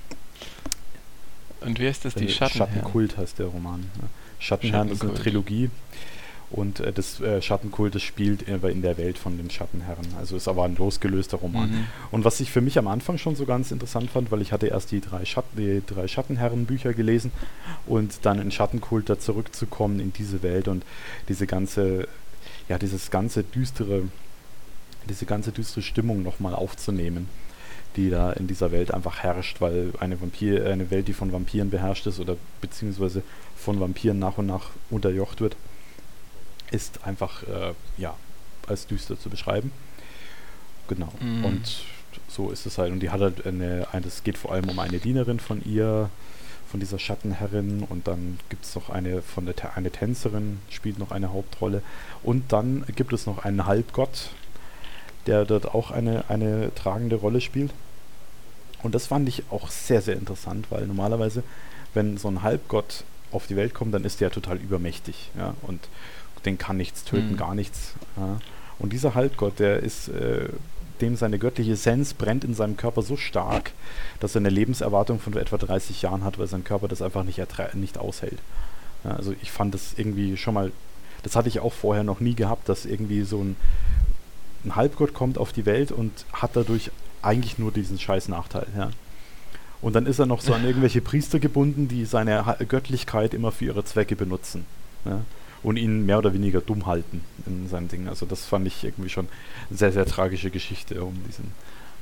Und wie heißt das, die äh, Schattenherren? Schattenkult heißt der Roman. Ja. Schattenherren ist eine Schattenkult. Trilogie, und äh, das äh, Schattenkult, das spielt in, in der Welt von den Schattenherren. Also ist aber ein losgelöster Roman. Mhm. Und was ich für mich am Anfang schon so ganz interessant fand, weil ich hatte erst die drei, Schatten, die drei Schattenherren-Bücher gelesen und dann in Schattenkult da zurückzukommen in diese Welt und diese ganze, ja, dieses ganze düstere, diese ganze düstere Stimmung nochmal aufzunehmen, die da in dieser Welt einfach herrscht, weil eine Vampir, eine Welt, die von Vampiren beherrscht ist oder beziehungsweise von Vampiren nach und nach unterjocht wird, ist einfach äh, ja, als düster zu beschreiben. Genau. Mhm. Und so ist es halt. Und die hat halt eine, eine, es geht vor allem um eine Dienerin von ihr, von dieser Schattenherrin, und dann gibt es noch eine von der eine Tänzerin, spielt noch eine Hauptrolle. Und dann gibt es noch einen Halbgott, der dort auch eine, eine tragende Rolle spielt. Und das fand ich auch sehr, sehr interessant, weil normalerweise, wenn so ein Halbgott auf die Welt kommt, dann ist der total übermächtig, ja, und den kann nichts töten, Mhm. gar nichts. Ja. Und dieser Halbgott, der ist, äh, dem seine göttliche Essenz brennt in seinem Körper so stark, dass er eine Lebenserwartung von etwa dreißig Jahren hat, weil sein Körper das einfach nicht, nicht aushält. Ja, also ich fand das irgendwie schon mal, das hatte ich auch vorher noch nie gehabt, dass irgendwie so ein, ein Halbgott kommt auf die Welt und hat dadurch eigentlich nur diesen scheiß Nachteil. Ja. Und dann ist er noch so an irgendwelche Priester gebunden, die seine ha Göttlichkeit immer für ihre Zwecke benutzen. Ja. Und ihn mehr oder weniger dumm halten in seinem Ding. Also das fand ich irgendwie schon eine sehr, sehr tragische Geschichte um diesen.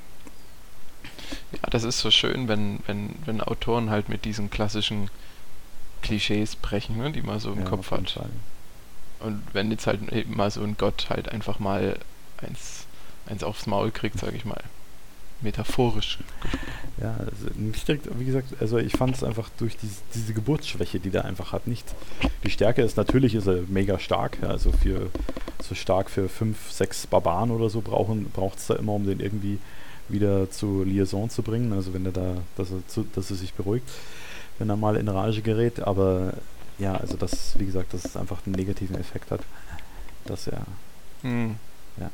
Ja, das ist so schön, wenn, wenn, wenn Autoren halt mit diesen klassischen Klischees brechen, ne, die man so im Ja, Kopf auf jeden hat. Fall. Und wenn jetzt halt eben mal so ein Gott halt einfach mal eins, eins aufs Maul kriegt, sage ich mal. Metaphorisch. Ja, also nicht direkt, wie gesagt, also ich fand es einfach durch diese, diese Geburtsschwäche, die der einfach hat, nicht. Die Stärke ist, natürlich ist er mega stark, ja, also für so stark für fünf, sechs Barbaren oder so brauchen braucht es da immer, um den irgendwie wieder zur Liaison zu bringen, also wenn er da, dass er, zu, dass er sich beruhigt, wenn er mal in Rage gerät, aber ja, also das, wie gesagt, dass es einfach einen negativen Effekt hat, dass er, Hm. ja.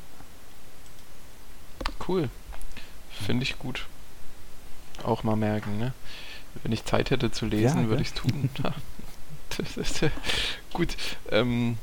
Cool. Finde ich gut. Auch mal merken, ne? Wenn ich Zeit hätte zu lesen, Ja, würde gell? ich es tun. Ja. Das ist, äh, gut. Ähm,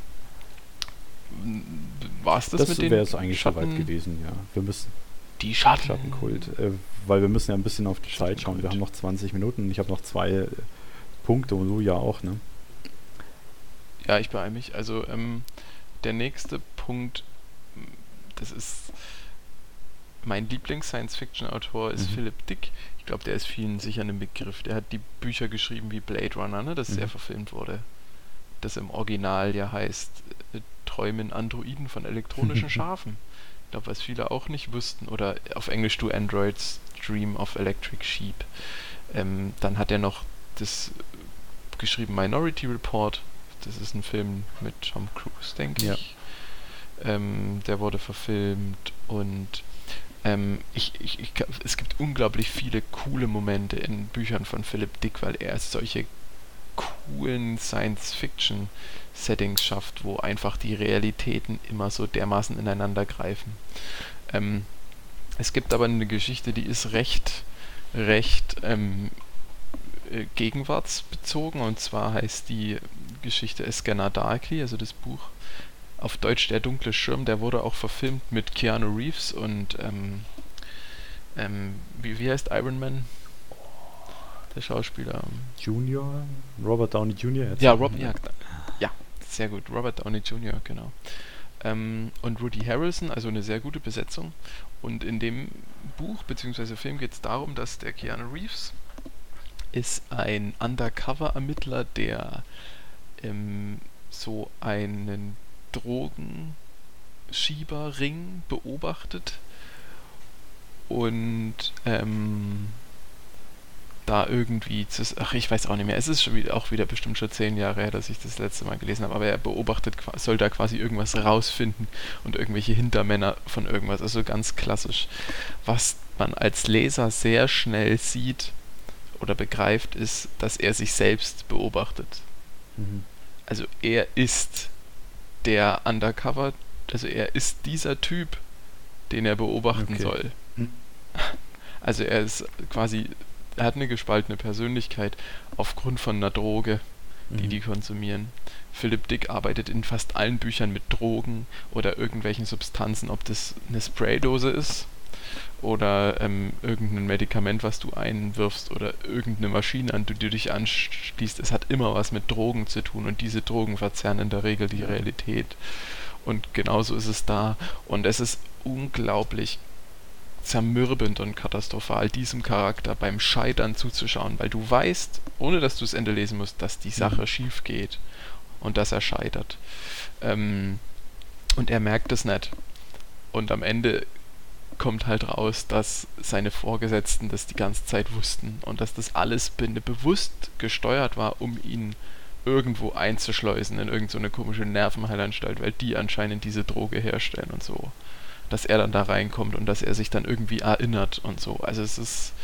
war es das, Das mit den wäre es eigentlich Schatten? soweit gewesen, ja. Wir müssen Die Schatten. Schattenkult, äh, weil wir müssen ja ein bisschen auf die Zeit schauen. Wir haben noch zwanzig Minuten und ich habe noch zwei äh, Punkte und du ja auch, ne? Ja, ich beeile mich. Also ähm, der nächste Punkt, m, das ist mein Lieblings-Science-Fiction-Autor ist Mhm. Philip Dick. Ich glaube, der ist vielen sicher ein Begriff. Der hat die Bücher geschrieben wie Blade Runner, ne, das Mhm. sehr verfilmt wurde. das im Original ja heißt äh, Träumen Androiden von elektronischen Schafen. Ich glaube, was viele auch nicht wussten. Oder auf Englisch Do Androids Dream of Electric Sheep. Ähm, dann hat er noch das geschrieben Minority Report. Das ist ein Film mit Tom Cruise, denke Ja. ich. Ähm, der wurde verfilmt und ähm, ich, ich, ich, es gibt unglaublich viele coole Momente in Büchern von Philip Dick, weil er solche coolen Science-Fiction-Settings schafft, wo einfach die Realitäten immer so dermaßen ineinander greifen. Ähm, es gibt aber eine Geschichte, die ist recht, recht ähm, äh, gegenwartsbezogen, und zwar heißt die Geschichte A Scanner Darkly, also das Buch auf Deutsch Der dunkle Schirm. Der wurde auch verfilmt mit Keanu Reeves und ähm, ähm, wie, wie heißt Iron Man? Der Schauspieler. Junior? Robert Downey Junior? Ja, Rob, ja, ja, sehr gut. Robert Downey Junior, genau. Ähm, und Woody Harrelson, also eine sehr gute Besetzung. Und in dem Buch bzw. Film geht es darum, dass der Keanu Reeves ist ein Undercover-Ermittler, der ähm, so einen Drogenschieberring beobachtet und ähm, da irgendwie, zu, ach ich weiß auch nicht mehr, es ist schon wieder, auch wieder bestimmt schon zehn Jahre her, dass ich das letzte Mal gelesen habe, aber er beobachtet, soll da quasi irgendwas rausfinden und irgendwelche Hintermänner von irgendwas, also ganz klassisch. Was man als Leser sehr schnell sieht oder begreift, ist, dass er sich selbst beobachtet. Mhm. Also er ist der Undercover, also er ist dieser Typ, den er beobachten Okay. soll. Hm. Also er ist quasi, er hat eine gespaltene Persönlichkeit aufgrund von einer Droge, die Mhm. die konsumieren. Philip Dick arbeitet in fast allen Büchern mit Drogen oder irgendwelchen Substanzen, ob das eine Spraydose ist oder ähm, irgendein Medikament, was du einwirfst oder irgendeine Maschine, an die du dich anschließt. Es hat immer was mit Drogen zu tun und diese Drogen verzerren in der Regel die Ja. Realität. Und genauso ist es da. Und es ist unglaublich zermürbend und katastrophal, diesem Charakter beim Scheitern zuzuschauen, weil du weißt, ohne dass du das Ende lesen musst, dass die Sache Mhm. schief geht und dass er scheitert. Ähm, und er merkt es nicht. Und am Ende kommt halt raus, dass seine Vorgesetzten das die ganze Zeit wussten und dass das alles be- bewusst gesteuert war, um ihn irgendwo einzuschleusen in irgend so eine komische Nervenheilanstalt, weil die anscheinend diese Droge herstellen und so. Dass er dann da reinkommt und dass er sich dann irgendwie erinnert und so. Also es ist,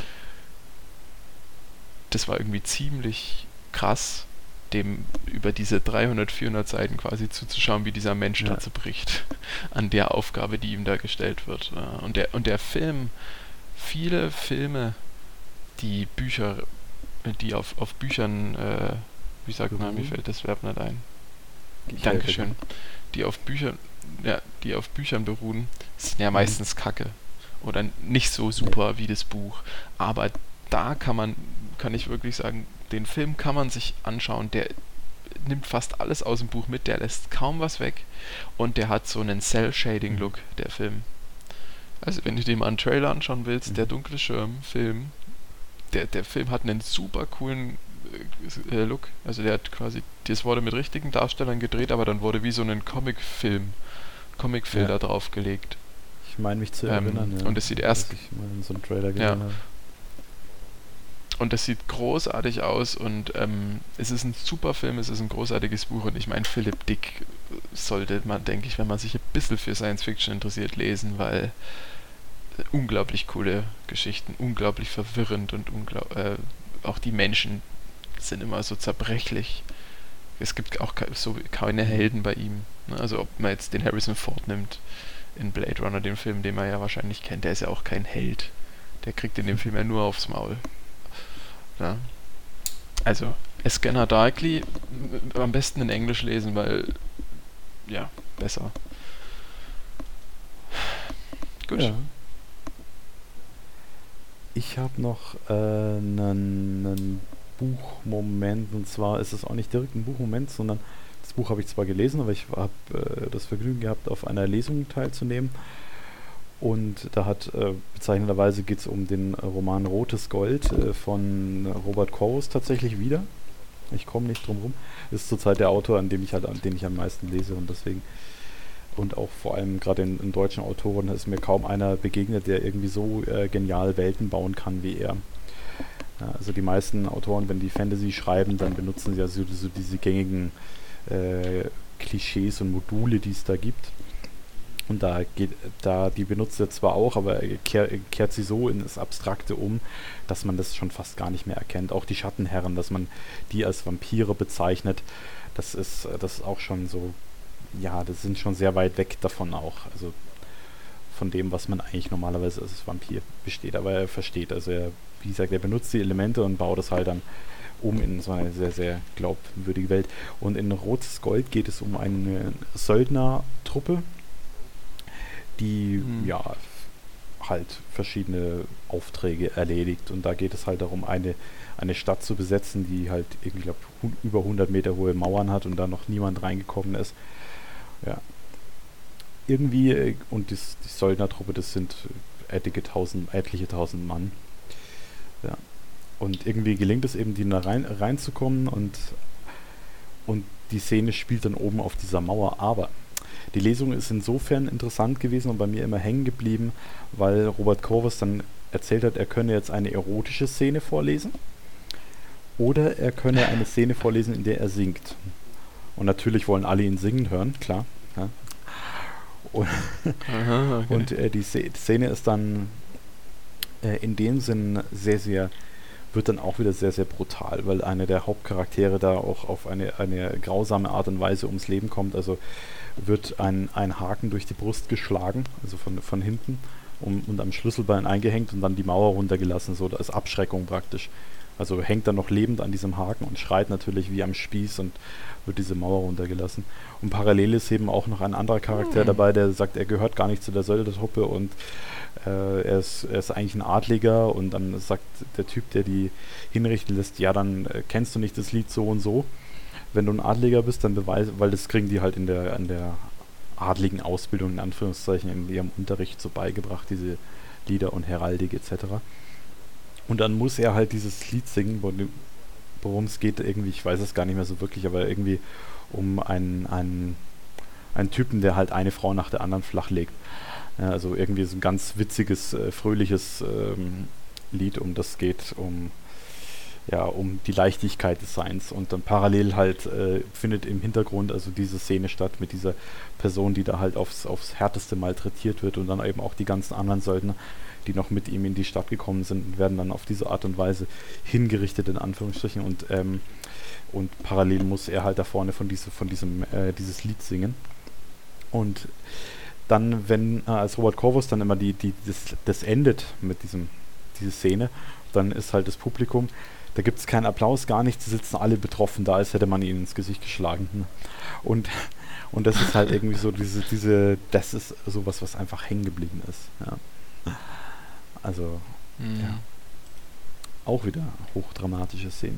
das war irgendwie ziemlich krass, dem über diese dreihundert, vierhundert Seiten quasi zuzuschauen, wie dieser Mensch Ja. da zerbricht an der Aufgabe, die ihm da gestellt wird. Äh, Und der, und der Film, viele Filme, die Bücher, die auf, auf Büchern, äh, wie sagt man, mir Beruhen? fällt das Verb nicht ein. Ich Dankeschön. helfe Die auf Büchern, ja, die auf Büchern beruhen, sind ja Mhm. meistens Kacke. Oder nicht so super wie das Buch. Aber da kann man, kann ich wirklich sagen, den Film kann man sich anschauen, der nimmt fast alles aus dem Buch mit, der lässt kaum was weg und der hat so einen Cell-Shading-Look, der Film. Also wenn du dir mal einen Trailer anschauen willst, Mhm. der dunkle Schirm-Film, der, der Film hat einen super coolen äh, Look. Also der hat quasi, das wurde mit richtigen Darstellern gedreht, aber dann wurde wie so ein Comic-Film, Comic-Filter Ja. draufgelegt. Ich meine mich zu Ähm, erinnern, ja, und es sieht erst- dass ich mal in so einem Trailer Ja. gesehen habe. Und das sieht großartig aus und ähm, es ist ein super Film, es ist ein großartiges Buch und ich meine, Philip Dick sollte man, denke ich, wenn man sich ein bisschen für Science Fiction interessiert, lesen, weil unglaublich coole Geschichten, unglaublich verwirrend und unglaub, äh, auch die Menschen sind immer so zerbrechlich. Es gibt auch ke so keine Helden bei ihm. Ne? Also ob man jetzt den Harrison Ford nimmt in Blade Runner, den Film, den man ja wahrscheinlich kennt, der ist ja auch kein Held. Der kriegt in dem Film ja nur aufs Maul. Ja. Also, A Scanner Darkly m- am besten in Englisch lesen, weil ja, besser. Gut. Ja. Ich habe noch einen Buchmoment, und zwar ist es auch nicht direkt ein Buchmoment, sondern das Buch habe ich zwar gelesen, aber ich habe äh, das Vergnügen gehabt, auf einer Lesung teilzunehmen. Und da hat äh, bezeichnenderweise geht es um den Roman Rotes Gold äh, von Robert Corus tatsächlich wieder. Ich komme nicht drum rum. Ist zurzeit der Autor, an dem ich halt, an den ich am meisten lese und deswegen und auch vor allem gerade in, in deutschen Autoren ist mir kaum einer begegnet, der irgendwie so äh, genial Welten bauen kann wie er. Ja, also die meisten Autoren, wenn die Fantasy schreiben, dann benutzen sie ja so, so diese gängigen äh, Klischees und Module, die es da gibt. Und da geht, da die benutzt er zwar auch, aber er kehr, kehrt sie so in das Abstrakte um, dass man das schon fast gar nicht mehr erkennt. Auch die Schattenherren, dass man die als Vampire bezeichnet, das ist, das ist auch schon so, ja, das sind schon sehr weit weg davon auch. Also von dem, was man eigentlich normalerweise als Vampir besteht. Aber er versteht, also er, wie gesagt, er benutzt die Elemente und baut das halt dann um in so eine sehr, sehr glaubwürdige Welt. Und in Rotes Gold geht es um eine Söldnertruppe, die mhm. ja halt verschiedene Aufträge erledigt. Und da geht es halt darum, eine, eine Stadt zu besetzen, die halt irgendwie, glaube ich, über hundert Meter hohe Mauern hat und da noch niemand reingekommen ist. Ja. Irgendwie, und das, die Söldnertruppe, das sind etliche tausend, etliche tausend Mann. Ja. Und irgendwie gelingt es eben, die da rein, reinzukommen und, und die Szene spielt dann oben auf dieser Mauer. Aber die Lesung ist insofern interessant gewesen und bei mir immer hängen geblieben, weil Robert Corvus dann erzählt hat, er könne jetzt eine erotische Szene vorlesen oder er könne eine Szene vorlesen, in der er singt. Und natürlich wollen alle ihn singen hören, klar. Ja. Und, Aha, okay. und äh, die Szene ist dann äh, in dem Sinn sehr, sehr, wird dann auch wieder sehr, sehr brutal, weil einer der Hauptcharaktere da auch auf eine, eine grausame Art und Weise ums Leben kommt. Also wird ein, ein Haken durch die Brust geschlagen, also von, von hinten um, und am Schlüsselbein eingehängt und dann die Mauer runtergelassen, so als Abschreckung praktisch. Also hängt er noch lebend an diesem Haken und schreit natürlich wie am Spieß und wird diese Mauer runtergelassen. Und parallel ist eben auch noch ein anderer Charakter mhm. dabei, der sagt, er gehört gar nicht zu der Söldnertruppe und äh, er, ist, er ist eigentlich ein Adliger und dann sagt der Typ, der die hinrichten lässt, ja, dann äh, kennst du nicht das Lied so und so. Wenn du ein Adliger bist, dann beweise, weil das kriegen die halt in der, in der adligen Ausbildung, in Anführungszeichen, in ihrem Unterricht so beigebracht, diese Lieder und Heraldik et cetera. Und dann muss er halt dieses Lied singen, worum es geht, irgendwie, ich weiß es gar nicht mehr so wirklich, aber irgendwie um einen, einen, einen Typen, der halt eine Frau nach der anderen flachlegt. Ja, also irgendwie so ein ganz witziges, äh, fröhliches ähm, Lied, um das geht, um ja, um die Leichtigkeit des Seins. Und dann parallel halt äh, findet im Hintergrund also diese Szene statt mit dieser Person, die da halt aufs, aufs Härteste malträtiert wird und dann eben auch die ganzen anderen Söldner, die noch mit ihm in die Stadt gekommen sind, werden dann auf diese Art und Weise hingerichtet, in Anführungsstrichen. Und, ähm, und parallel muss er halt da vorne von, diese, von diesem äh, dieses Lied singen. Und dann, wenn äh, als Robert Corvus dann immer die, die, das, das endet mit diesem, diese Szene, dann ist halt das Publikum, da gibt es keinen Applaus, gar nichts, sie sitzen alle betroffen da, als hätte man ihnen ins Gesicht geschlagen. Ne? Und, und das ist halt irgendwie so, diese, diese, das ist sowas, was einfach hängen geblieben ist. Ja. Also, mhm. ja. Auch wieder hochdramatische Szene.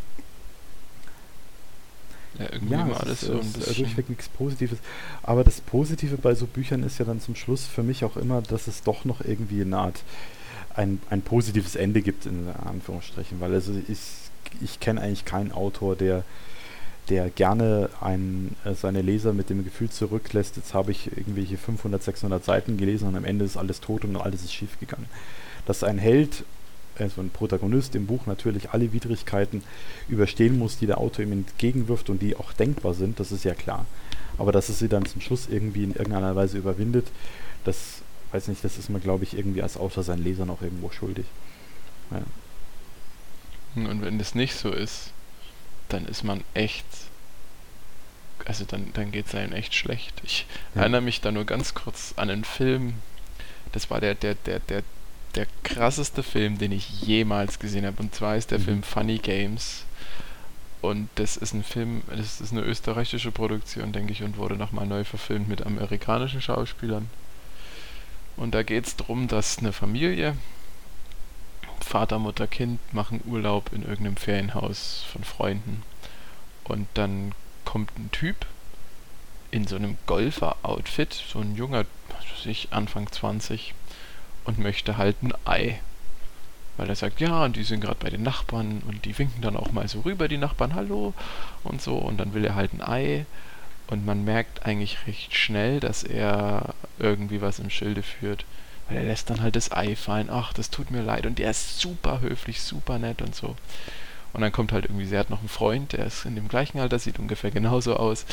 Ja, irgendwie ja, war alles so ein bisschen durchweg nichts Positives. Aber das Positive bei so Büchern ist ja dann zum Schluss für mich auch immer, dass es doch noch irgendwie eine Art Ein, ein positives Ende gibt, in Anführungsstrichen, weil also ich, ich kenne eigentlich keinen Autor, der, der gerne ein, äh, seine Leser mit dem Gefühl zurücklässt, jetzt habe ich irgendwelche fünfhundert, sechshundert Seiten gelesen und am Ende ist alles tot und alles ist schief gegangen. Dass ein Held, also ein Protagonist im Buch natürlich alle Widrigkeiten überstehen muss, die der Autor ihm entgegenwirft und die auch denkbar sind, das ist ja klar. Aber dass es sie dann zum Schluss irgendwie in irgendeiner Weise überwindet, das weiß nicht, das ist man, glaube ich, irgendwie als Autor seinen Lesern auch irgendwo schuldig. Ja. Und wenn das nicht so ist, dann ist man echt, also dann, dann geht es einem echt schlecht. Ich ja. erinnere mich da nur ganz kurz an einen Film, das war der, der, der, der, der krasseste Film, den ich jemals gesehen habe, und zwar ist der mhm. Film Funny Games. Und das ist ein Film, das ist eine österreichische Produktion, denke ich, und wurde nochmal neu verfilmt mit amerikanischen Schauspielern. Und da geht es darum, dass eine Familie, Vater, Mutter, Kind, machen Urlaub in irgendeinem Ferienhaus von Freunden. Und dann kommt ein Typ in so einem Golfer-Outfit, so ein junger, was weiß ich, Anfang zwanzig, und möchte halt ein Ei. Weil er sagt, ja, und die sind gerade bei den Nachbarn und die winken dann auch mal so rüber, die Nachbarn, hallo und so. Und dann will er halt ein Ei. Und man merkt eigentlich recht schnell, dass er irgendwie was im Schilde führt. Weil er lässt dann halt das Ei fallen. Ach, das tut mir leid. Und der ist super höflich, super nett und so. Und dann kommt halt irgendwie, sie hat noch einen Freund, der ist in dem gleichen Alter, sieht ungefähr genauso aus.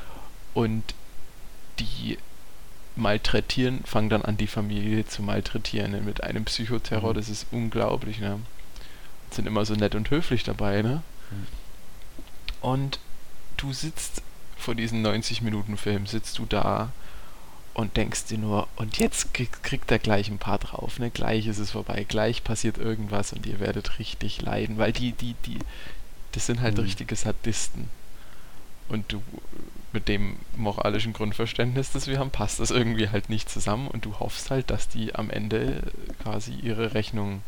Und die malträtieren, fangen dann an, die Familie zu malträtieren, ne? Mit einem Psychoterror, Mhm. das ist unglaublich, ne? Sind immer so nett und höflich dabei, ne? Mhm. Und du sitzt vor diesem neunzig-Minuten-Film, sitzt du da und denkst dir nur, und jetzt krieg, kriegt er gleich ein paar drauf, ne? Gleich ist es vorbei, gleich passiert irgendwas und ihr werdet richtig leiden, weil die, die, die, das sind halt Mhm. richtige Sadisten. Und du, mit dem moralischen Grundverständnis, das wir haben, passt das irgendwie halt nicht zusammen und du hoffst halt, dass die am Ende quasi ihre Rechnung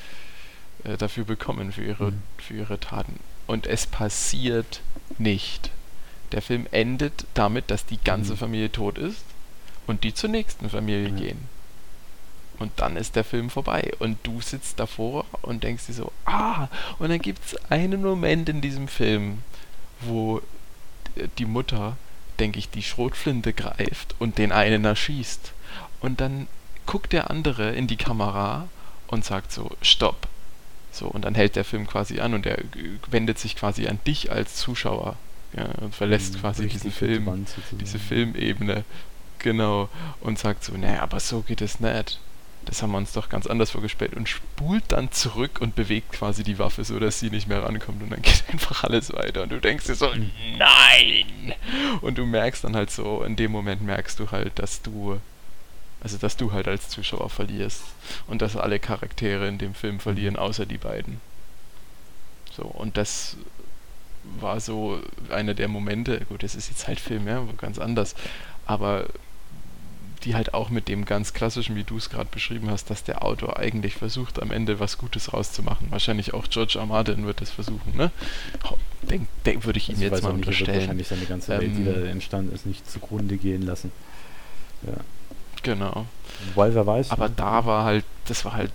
äh, dafür bekommen, für ihre, Mhm. für ihre Taten. Und es passiert nicht. Der Film endet damit, dass die ganze Mhm. Familie tot ist und die zur nächsten Familie Ja. gehen. Und dann ist der Film vorbei. Und du sitzt davor und denkst dir so, ah, und dann gibt es einen Moment in diesem Film, wo die Mutter, denke ich, die Schrotflinte greift und den einen erschießt. Und dann guckt der andere in die Kamera und sagt so, stopp. So, und dann hält der Film quasi an und er äh, wendet sich quasi an dich als Zuschauer. Ja, und verlässt Mhm. quasi Bricht diesen die vierte Film, Wand sozusagen. diese Filmebene. Genau. Und sagt so, naja, aber so geht es nicht. Das haben wir uns doch ganz anders vorgestellt. Und spult dann zurück und bewegt quasi die Waffe so, dass sie nicht mehr rankommt. Und dann geht einfach alles weiter. Und du denkst dir so, Mhm. nein! Und du merkst dann halt so, in dem Moment merkst du halt, dass du, also dass du halt als Zuschauer verlierst. Und dass alle Charaktere in dem Film verlieren, außer die beiden. So, und das war so einer der Momente, gut, das ist jetzt halt Film, ja, ganz anders, aber die halt auch mit dem ganz klassischen, wie du es gerade beschrieben hast, dass der Autor eigentlich versucht, am Ende was Gutes rauszumachen. Wahrscheinlich auch George R. Martin wird das versuchen, ne? Denk, denk, würde ich ihm Also ich jetzt weiß mal auch nicht, er wird unterstellen. wahrscheinlich seine ganze Welt, die Ähm, da entstanden ist, nicht zugrunde gehen lassen. Ja. Genau. Wobei, wer weiß. Aber ne? da war halt, das war halt,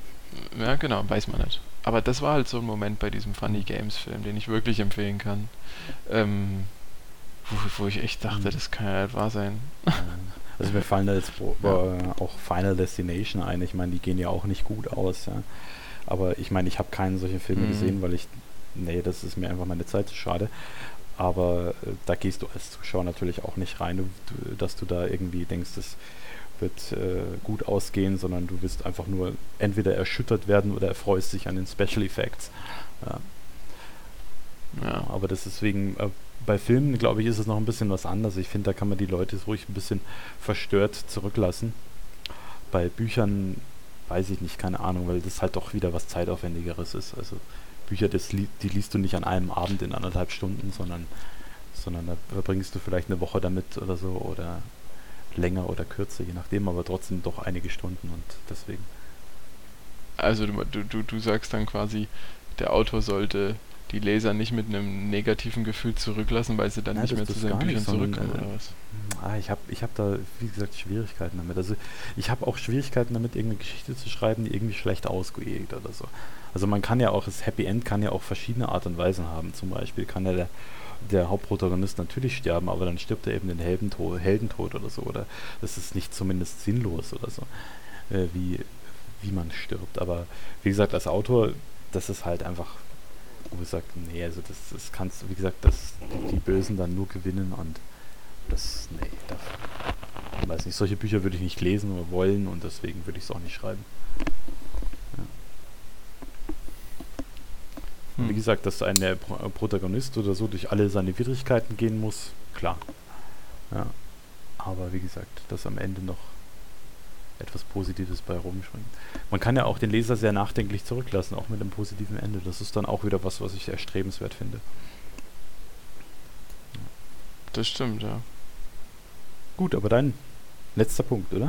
ja genau, weiß man nicht. Aber das war halt so ein Moment bei diesem Funny Games Film, den ich wirklich empfehlen kann. Ähm, wo, wo ich echt dachte, Mhm. das kann ja nicht wahr sein. Ja. Also mir fallen da jetzt bo- Ja. äh, auch Final Destination ein. Ich meine, die gehen ja auch nicht gut aus. Ja. Aber ich meine, ich habe keinen solchen Filme Mhm. gesehen, weil ich, nee, das ist mir einfach meine Zeit zu schade. Aber äh, da gehst du als Zuschauer natürlich auch nicht rein, du, du, dass du da irgendwie denkst, das wird äh, gut ausgehen, sondern du wirst einfach nur entweder erschüttert werden oder erfreust dich an den Special Effects. Ja. Ja. Aber das ist wegen, äh, bei Filmen, glaube ich, ist es noch ein bisschen was anderes. Ich finde, da kann man die Leute ruhig ein bisschen verstört zurücklassen. Bei Büchern weiß ich nicht, keine Ahnung, weil das halt doch wieder was Zeitaufwendigeres ist. Also Bücher, das li die liest du nicht an einem Abend in anderthalb Stunden, sondern, sondern da verbringst du vielleicht eine Woche damit oder so oder länger oder kürzer, je nachdem, aber trotzdem doch einige Stunden und deswegen. Also du, du, du du sagst dann quasi, der Autor sollte die Leser nicht mit einem negativen Gefühl zurücklassen, weil sie dann Nein, nicht das- mehr das zu seinen gar nicht, Büchern sondern, zurückkommen, äh, oder was? Ah, ich habe ich hab da, wie gesagt, Schwierigkeiten damit. Also ich habe auch Schwierigkeiten damit, irgendeine Geschichte zu schreiben, die irgendwie schlecht ausgeht oder so. Also man kann ja auch, das Happy End kann ja auch verschiedene Art und Weisen haben. Zum Beispiel kann ja der, der Hauptprotagonist natürlich sterben, aber dann stirbt er eben den Heldentod, Heldentod oder so. Oder das ist nicht zumindest sinnlos oder so, äh, wie, wie man stirbt. Aber wie gesagt, als Autor, das ist halt einfach, wo ich sage, nee, also das, das kannst du, wie gesagt, das, die, die Bösen dann nur gewinnen und das, nee, das, ich weiß nicht, solche Bücher würde ich nicht lesen oder wollen und deswegen würde ich es auch nicht schreiben. Ja. Hm. Wie gesagt, dass ein der Pro Protagonist oder so durch alle seine Widrigkeiten gehen muss, klar. Ja. Aber wie gesagt, dass am Ende noch etwas Positives bei rumspringt. Man kann ja auch den Leser sehr nachdenklich zurücklassen, auch mit einem positiven Ende. Das ist dann auch wieder was, was ich erstrebenswert finde. Das stimmt, ja. Gut, aber dein letzter Punkt, oder?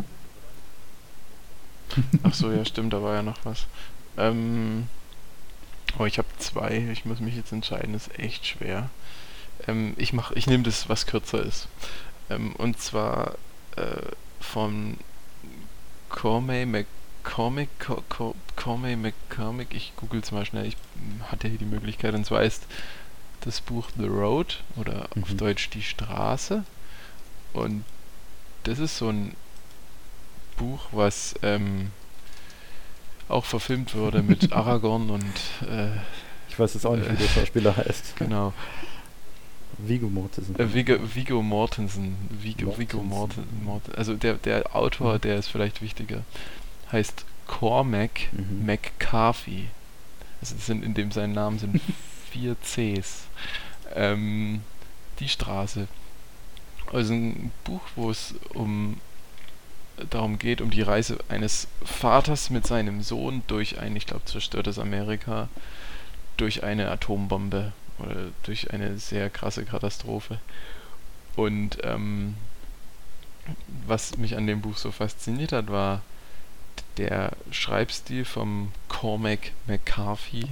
Ach so, ja, stimmt, da war ja noch was. Ähm, oh, ich habe zwei, ich muss mich jetzt entscheiden, ist echt schwer. Ähm, ich mach, ich nehme das, was kürzer ist. Ähm, und zwar äh, von Cormac Cormac, Co- Co- Cormac McCormick, ich google es mal schnell, ich hatte hier die Möglichkeit, und zwar ist das Buch The Road oder mhm. auf Deutsch Die Straße, und das ist so ein Buch, was ähm, auch verfilmt wurde mit Aragorn und äh, ich weiß jetzt auch nicht, wie der Schauspieler heißt. Genau. Viggo Mortensen. Äh, Viggo, Viggo Mortensen. Viggo, Viggo Morten, Morten, also der, der Autor, mhm. der ist vielleicht wichtiger, heißt Cormac mhm. McCarthy. Also das sind, in dem seinen Namen sind vier Cs. Ähm, die Straße. Also ein Buch, wo es um darum geht, um die Reise eines Vaters mit seinem Sohn durch ein, ich glaube, zerstörtes Amerika, durch eine Atombombe oder durch eine sehr krasse Katastrophe. Und ähm, was mich an dem Buch so fasziniert hat, war der Schreibstil vom Cormac McCarthy,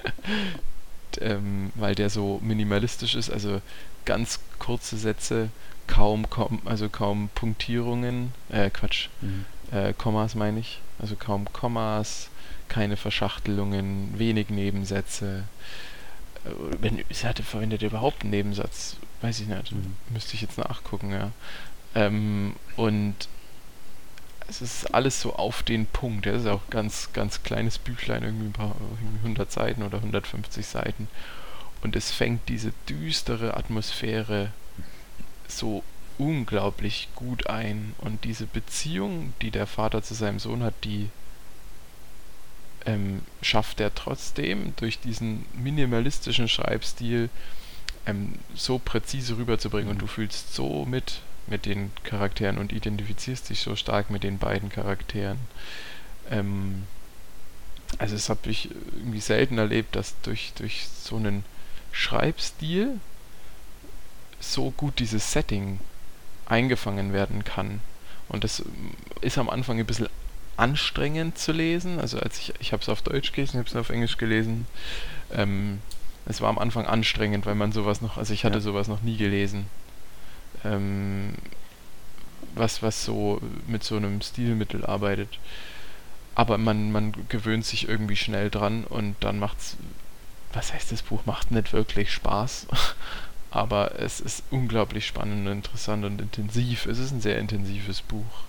ähm, weil der so minimalistisch ist, also ganz kurze Sätze, kaum, kom- also kaum Punktierungen, äh, Quatsch, mhm. äh, Kommas meine ich, also kaum Kommas, keine Verschachtelungen, wenig Nebensätze. Äh, wenn, sie hatte verwendet überhaupt einen Nebensatz, weiß ich nicht, mhm. müsste ich jetzt nachgucken, ja. Ähm, und es ist alles so auf den Punkt, ja. Es ist auch ein ganz, ganz kleines Büchlein, irgendwie ein paar hundert Seiten oder hundertfünfzig Seiten. Und es fängt diese düstere Atmosphäre so unglaublich gut ein. Und diese Beziehung, die der Vater zu seinem Sohn hat, die ähm, schafft er trotzdem durch diesen minimalistischen Schreibstil ähm, so präzise rüberzubringen. Mhm. Und du fühlst so mit mit den Charakteren und identifizierst dich so stark mit den beiden Charakteren. Ähm, also das habe ich irgendwie selten erlebt, dass durch, durch so einen Schreibstil so gut dieses Setting eingefangen werden kann. Und das ist am Anfang ein bisschen anstrengend zu lesen. Also als ich, ich habe es auf Deutsch gelesen, ich habe es auf Englisch gelesen. Ähm, es war am Anfang anstrengend, weil man sowas noch, also ich hatte ja. sowas noch nie gelesen. Ähm, was, was so mit so einem Stilmittel arbeitet. Aber man, man gewöhnt sich irgendwie schnell dran und dann macht's, was heißt das Buch, macht nicht wirklich Spaß. Aber es ist unglaublich spannend und interessant und intensiv. Es ist ein sehr intensives Buch,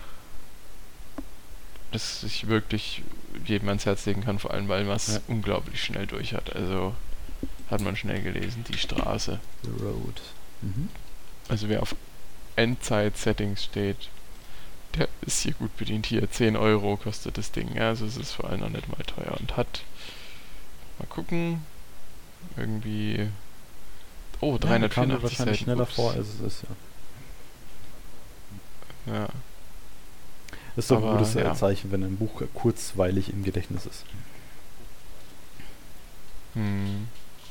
das ich wirklich jedem ans Herz legen kann, vor allem weil man es ja. unglaublich schnell durch hat. Also hat man schnell gelesen, Die Straße. The Road. Mhm. Also wer auf Endzeit-Settings steht, der ist hier gut bedient. Hier, zehn Euro kostet das Ding. Ja, also es ist vor allem noch nicht mal teuer. Und hat, mal gucken, irgendwie, oh, dreihundertvierundachtzig ja, wahrscheinlich Seiten. schneller Ups. vor, als es ist, ja. Ja. Das ist doch ein Aber, gutes ja. Zeichen, wenn ein Buch kurzweilig im Gedächtnis ist. Hm.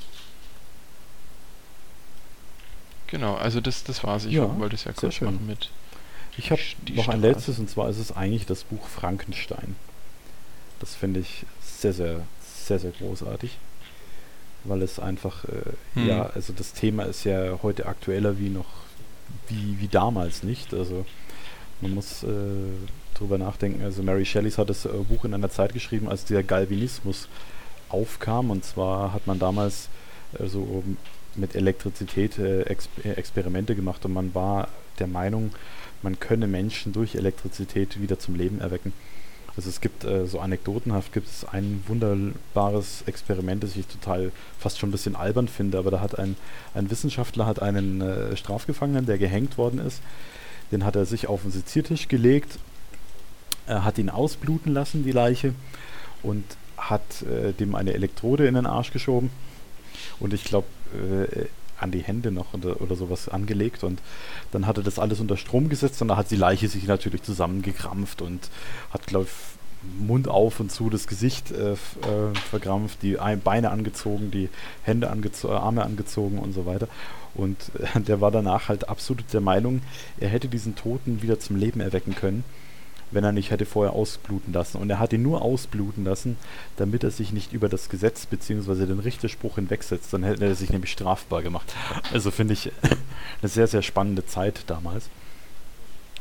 Genau, also das, das war's. Ich Ja, wollte es ja kurz schön. machen mit. Ich habe Die noch ein Straße. letztes, und zwar ist es eigentlich das Buch Frankenstein. Das finde ich sehr, sehr, sehr, sehr großartig, weil es einfach, äh, Hm. ja, also das Thema ist ja heute aktueller wie noch, wie, wie damals nicht. Also man muss äh, drüber nachdenken. Also Mary Shelley hat das äh, Buch in einer Zeit geschrieben, als der Galvanismus aufkam, und zwar hat man damals äh, so mit Elektrizität äh, Exper- Experimente gemacht, und man war der Meinung, man könne Menschen durch Elektrizität wieder zum Leben erwecken. Also es gibt äh, so anekdotenhaft, gibt es ein wunderbares Experiment, das ich total fast schon ein bisschen albern finde, aber da hat ein, ein Wissenschaftler hat einen äh, Strafgefangenen, der gehängt worden ist, den hat er sich auf den Seziertisch gelegt, er hat ihn ausbluten lassen, die Leiche, und hat äh, dem eine Elektrode in den Arsch geschoben und ich glaube äh, an die Hände noch oder, oder sowas angelegt, und dann hat er das alles unter Strom gesetzt, und da hat die Leiche sich natürlich zusammengekrampft und hat, glaube ich, Mund auf und zu das Gesicht äh, f- äh, verkrampft, die Ei- Beine angezogen, die Hände angezo- äh, Arme angezogen und so weiter, und äh, der war danach halt absolut der Meinung, er hätte diesen Toten wieder zum Leben erwecken können, wenn er nicht hätte vorher ausbluten lassen. Und er hat ihn nur ausbluten lassen, damit er sich nicht über das Gesetz bzw. den Richterspruch hinwegsetzt. Dann hätte er sich nämlich strafbar gemacht. Also finde ich eine sehr, sehr spannende Zeit damals.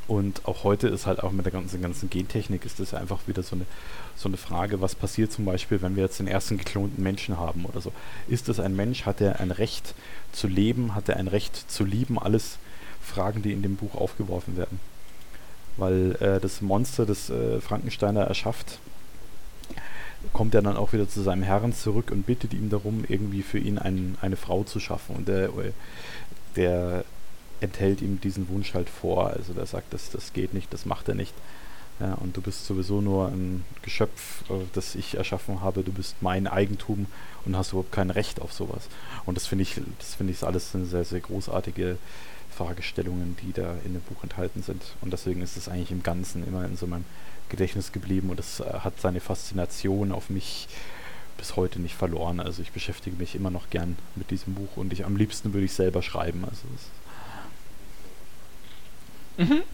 Und auch heute ist halt auch mit der ganzen, ganzen Gentechnik ist das ja einfach wieder so eine, so eine Frage, was passiert zum Beispiel, wenn wir jetzt den ersten geklonten Menschen haben oder so. Ist das ein Mensch? Hat er ein Recht zu leben? Hat er ein Recht zu lieben? Alles Fragen, die in dem Buch aufgeworfen werden. Weil äh, das Monster, das äh, Frankensteiner erschafft, kommt er dann auch wieder zu seinem Herrn zurück und bittet ihn darum, irgendwie für ihn ein, eine Frau zu schaffen. Und der, der enthält ihm diesen Wunsch halt vor. Also der sagt, das, das geht nicht, das macht er nicht. Ja, und du bist sowieso nur ein Geschöpf, äh, das ich erschaffen habe. Du bist mein Eigentum und hast überhaupt kein Recht auf sowas. Und das finde ich, das finde ich alles eine sehr, sehr großartige Fragestellungen, die da in dem Buch enthalten sind. Und deswegen ist es eigentlich im Ganzen immer in so meinem Gedächtnis geblieben und es äh, hat seine Faszination auf mich bis heute nicht verloren. Also ich beschäftige mich immer noch gern mit diesem Buch und ich am liebsten würde ich selber schreiben. Also das Mhm.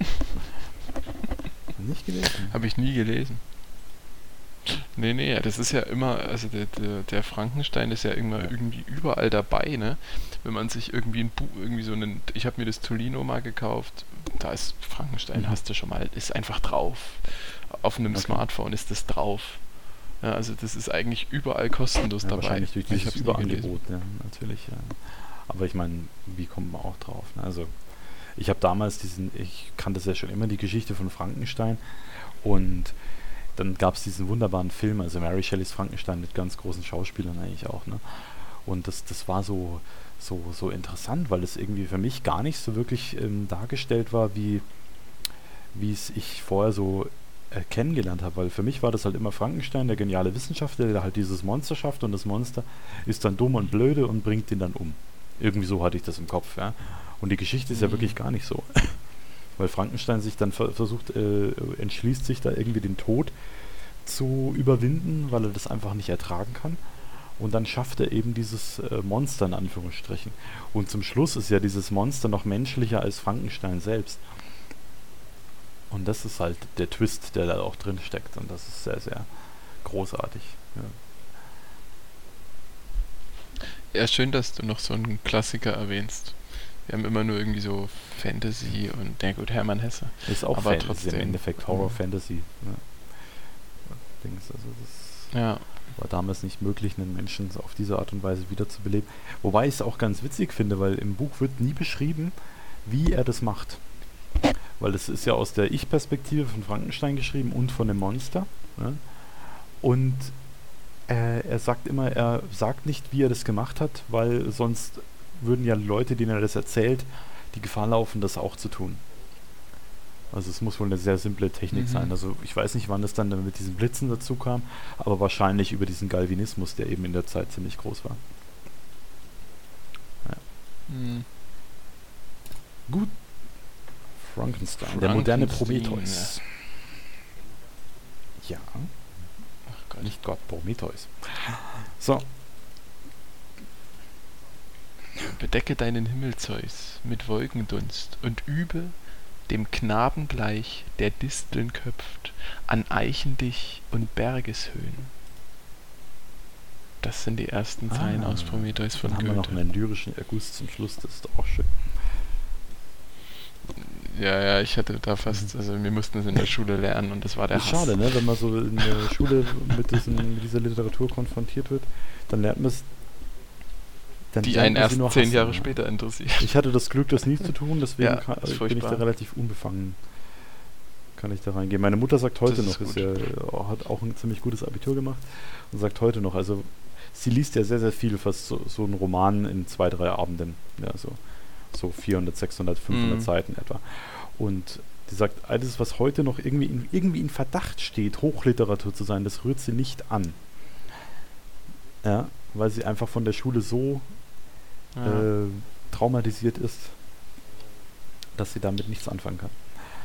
Nicht gelesen? Habe ich nie gelesen. Nee, nee, das ist ja immer, also der, der, der Frankenstein ist ja immer Ja. irgendwie überall dabei, ne? Wenn man sich irgendwie ein Buch, irgendwie so einen, ich habe mir das Tolino mal gekauft, da ist Frankenstein, Mhm. hast du schon mal, ist einfach drauf. Auf einem Okay. Smartphone ist das drauf. Ja, also das ist eigentlich überall kostenlos Ja, dabei. wahrscheinlich durch Ich dieses hab's nie gelesen. Überangebot, ja, natürlich. Ja. Aber ich meine, wie kommt man auch drauf? Ne? Also ich habe damals diesen, ich kannte ja schon immer die Geschichte von Frankenstein und dann gab es diesen wunderbaren Film, also Mary Shelleys Frankenstein mit ganz großen Schauspielern eigentlich auch, ne? Und das, das war so, so, so interessant, weil es irgendwie für mich gar nicht so wirklich ähm, dargestellt war, wie wie es ich vorher so äh, kennengelernt habe, weil für mich war das halt immer Frankenstein, der geniale Wissenschaftler, der halt dieses Monster schafft und das Monster ist dann dumm und blöde und bringt ihn dann um. Irgendwie so hatte ich das im Kopf, ja. Und die Geschichte ist ja Mhm. wirklich gar nicht so. Weil Frankenstein sich dann ver versucht, äh, entschließt sich da irgendwie den Tod zu überwinden, weil er das einfach nicht ertragen kann. Und dann schafft er eben dieses äh, Monster in Anführungsstrichen. Und zum Schluss ist ja dieses Monster noch menschlicher als Frankenstein selbst. Und das ist halt der Twist, der da auch drin steckt. Und das ist sehr, sehr großartig. Ja. Ja, schön, dass du noch so einen Klassiker erwähnst. Wir haben immer nur irgendwie so Fantasy und, na gut, Hermann Hesse. Ist auch Aber Fantasy trotzdem. im Endeffekt, Horror Mhm. Fantasy. Ne? Dings, also das Ja, war damals nicht möglich, einen Menschen auf diese Art und Weise wiederzubeleben. Wobei ich es auch ganz witzig finde, weil im Buch wird nie beschrieben, wie er das macht. Weil es ist ja aus der Ich-Perspektive von Frankenstein geschrieben und von dem Monster. Ne? Und äh, er sagt immer, er sagt nicht, wie er das gemacht hat, weil sonst würden ja Leute, denen er das erzählt, die Gefahr laufen, das auch zu tun. Also es muss wohl eine sehr simple Technik Mhm. sein. Also ich weiß nicht, wann es dann mit diesen Blitzen dazu kam, aber wahrscheinlich über diesen Galvanismus, der eben in der Zeit ziemlich groß war. hm. Gut. Frankenstein, der moderne Frankenstein, Prometheus. Ja, Ach Gott. nicht Gott, Prometheus. So, Bedecke deinen Himmel, Zeus, mit Wolkendunst und übe, dem Knaben gleich, der Disteln köpft, an Eichen dich und Bergeshöhen. Das sind die ersten Zeilen Ah, aus Prometheus von dann haben wir noch Goethe. einen lyrischen Erguss zum Schluss, das ist doch auch schön. Ja, ja, ich hatte da fast, also wir mussten es in der Schule lernen und das war der Ist Hass. schade, ne? Wenn man so in der Schule mit, diesen, mit dieser Literatur konfrontiert wird, dann lernt man es. dann Die lernt einen man sie erst nur zehn hassen, Jahre ja. später interessiert. Ich hatte das Glück, das nie zu tun, deswegen Ja, kann, ist bin ich da furchtbar. relativ unbefangen. Kann ich da reingehen. Meine Mutter sagt heute Das noch, ist ist ja, hat auch ein ziemlich gutes Abitur gemacht und sagt heute noch, also sie liest ja sehr, sehr viel, fast so, so einen Roman in zwei, drei Abenden. Ja, so, so vierhundert, sechshundert, fünfhundert Mhm. Seiten etwa. Und die sagt, alles, was heute noch irgendwie in, irgendwie in Verdacht steht, Hochliteratur zu sein, das rührt sie nicht an. Ja, weil sie einfach von der Schule so Ja. äh, traumatisiert ist, dass sie damit nichts anfangen kann.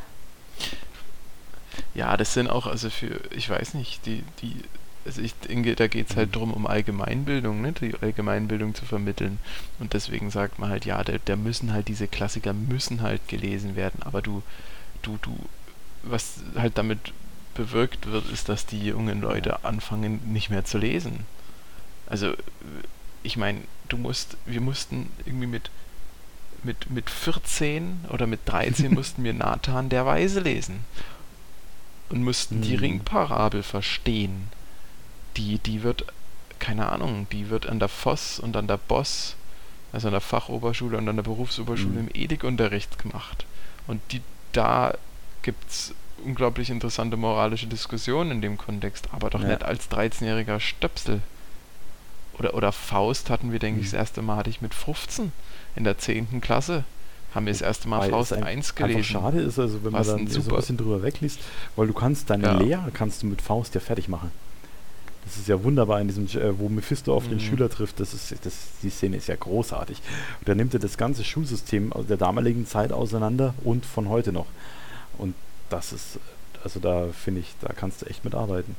Ja, das sind auch, also für, ich weiß nicht, die, die, also ich denke, da geht es halt Mhm. drum, um Allgemeinbildung, ne, die Allgemeinbildung zu vermitteln. Und deswegen sagt man halt, ja, da, da müssen halt diese Klassiker müssen halt gelesen werden, aber du, du, du, was halt damit bewirkt wird, ist, dass die jungen Leute Ja. anfangen, nicht mehr zu lesen. Also, ich meine, du musst, wir mussten irgendwie mit mit, mit vierzehn oder mit dreizehn mussten wir Nathan der Weise lesen. Und mussten die Mhm. Ringparabel verstehen. Die, die wird, keine Ahnung, die wird an der Voss und an der Boss, also an der Fachoberschule und an der Berufsoberschule Mhm. im Ethikunterricht gemacht. Und die, da gibt es unglaublich interessante moralische Diskussionen in dem Kontext, aber doch Ja. nicht als dreizehnjähriger Stöpsel. Oder, oder Faust hatten wir, denke ich, Mhm. das erste Mal hatte ich mit fünfzehn in der zehnten Klasse. Haben wir das erste Mal Weil Faust es ein- eins gelesen. Einfach schade ist, also wenn man Was dann ein so ein super- bisschen drüber wegliest, weil du kannst deine Ja. Lehre kannst du mit Faust ja fertig machen. Das ist ja wunderbar in diesem, äh, wo Mephisto auf den Mhm. Schüler trifft, das ist, das, die Szene ist ja großartig. Und da nimmt er das ganze Schulsystem aus der damaligen Zeit auseinander und von heute noch. Und das ist, also da finde ich, da kannst du echt mitarbeiten.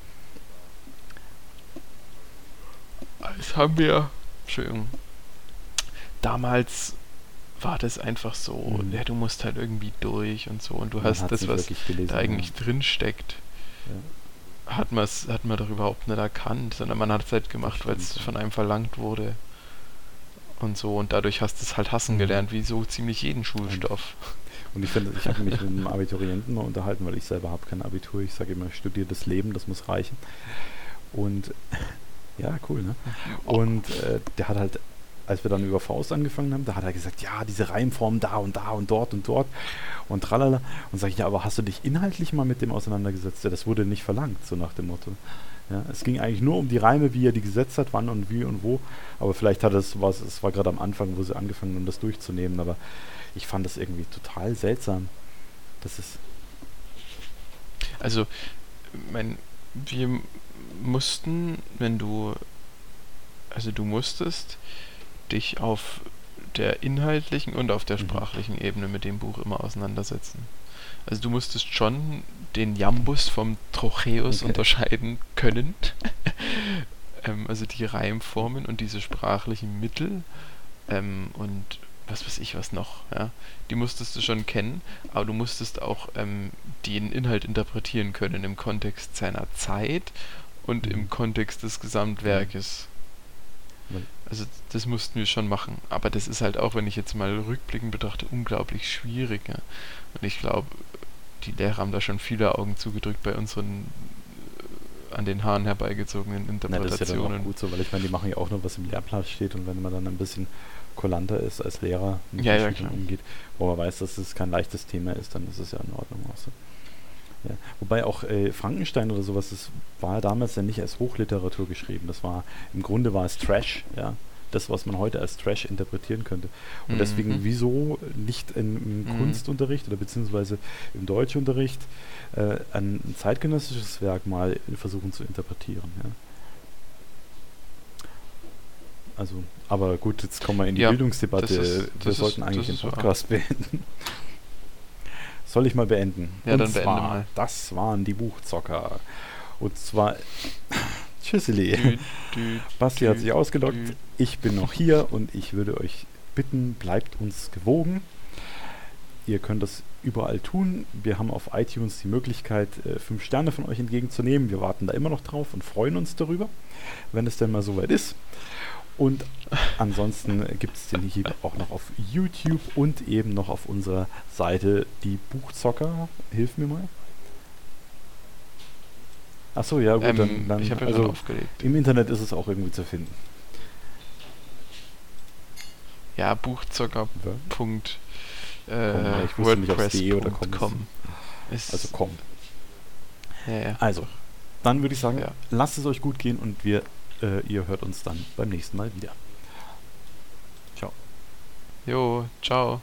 Das haben wir, Entschuldigung, damals war das einfach so, Mhm. ja, du musst halt irgendwie durch und so und du Man hast hat das, sie was wirklich gelesen, da eigentlich ja. drin steckt, hat man hat man doch überhaupt nicht erkannt, sondern man hat es halt gemacht, weil es stimmt, ja. von einem verlangt wurde und so und dadurch hast du es halt hassen Mhm. gelernt, wie so ziemlich jeden Schulstoff. Und ich finde, ich habe mich mit einem Abiturienten mal unterhalten, weil ich selber habe kein Abitur. Ich sage immer, ich studiere das Leben, das muss reichen. Und ja, cool, ne? Und äh, der hat halt, als wir dann über Faust angefangen haben, da hat er gesagt, ja, diese Reimform da und da und dort und dort und tralala. Und sage ich, ja, aber hast du dich inhaltlich mal mit dem auseinandergesetzt? Ja, das wurde nicht verlangt, so nach dem Motto. Ja, es ging eigentlich nur um die Reime, wie er die gesetzt hat, wann und wie und wo. Aber vielleicht hat es was, es war gerade am Anfang, wo sie angefangen haben, das durchzunehmen. Aber ich fand das irgendwie total seltsam. Das ist. Also, mein, wir m- mussten, wenn du, also du musstest dich auf der inhaltlichen und auf der Mhm. sprachlichen Ebene mit dem Buch immer auseinandersetzen. Also du musstest schon den Jambus vom Trocheus Okay. unterscheiden können. ähm, also die Reimformen und diese sprachlichen Mittel ähm, und was weiß ich was noch, ja. Die musstest du schon kennen, aber du musstest auch ähm, den Inhalt interpretieren können im Kontext seiner Zeit und Mhm. im Kontext des Gesamtwerkes. Weil- Also das mussten wir schon machen, aber das ist halt auch, wenn ich jetzt mal rückblickend betrachte, unglaublich schwierig. Ja. Und ich glaube, die Lehrer haben da schon viele Augen zugedrückt bei unseren äh, an den Haaren herbeigezogenen Na, das ist ja dann auch Interpretationen. gut so, weil ich meine, die machen ja auch nur, was im Lehrplan steht und wenn man dann ein bisschen kulanter ist als Lehrer mit Ja, den ja, Schülern klar. umgeht, wo man weiß, dass es kein leichtes Thema ist, dann ist es ja in Ordnung auch so. Ja. Wobei auch äh, Frankenstein oder sowas, das war damals ja nicht als Hochliteratur geschrieben, das war, im Grunde war es Trash, ja, das, was man heute als Trash interpretieren könnte. Und Mhm. deswegen, wieso nicht in, im Mhm. Kunstunterricht oder beziehungsweise im Deutschunterricht äh, ein zeitgenössisches Werk mal versuchen zu interpretieren, ja. Also, aber gut, jetzt kommen wir in die Ja, Bildungsdebatte. das ist- Wir das sollten ist- eigentlich das den ist wahr. Podcast beenden. Soll ich mal beenden? Ja, Und dann beende zwar, mal. das waren die Buchzocker. Und zwar, tschüsseli. Dü, dü, Basti hat dü, sich ausgeloggt. dü. Ich bin noch hier und ich würde euch bitten, bleibt uns gewogen. Ihr könnt das überall tun. Wir haben auf iTunes die Möglichkeit, äh, fünf Sterne von euch entgegenzunehmen. Wir warten da immer noch drauf und freuen uns darüber, wenn es denn mal soweit ist. Und ansonsten gibt es den hier auch noch auf YouTube und eben noch auf unserer Seite die Buchzocker. Hilf mir mal. Achso, ja gut, Ähm, dann, dann ich habe ja also schon aufgelegt. im Internet ist es auch irgendwie zu finden. Ja, buchzocker Ja? Punkt Komm, ich wusste nicht, ob's wordpress de oder com Punkt com ist. Also komm. ja, ja. Also, dann würde ich sagen, Ja. lasst es euch gut gehen und wir, äh, ihr hört uns dann beim nächsten Mal wieder. Jo, ciao.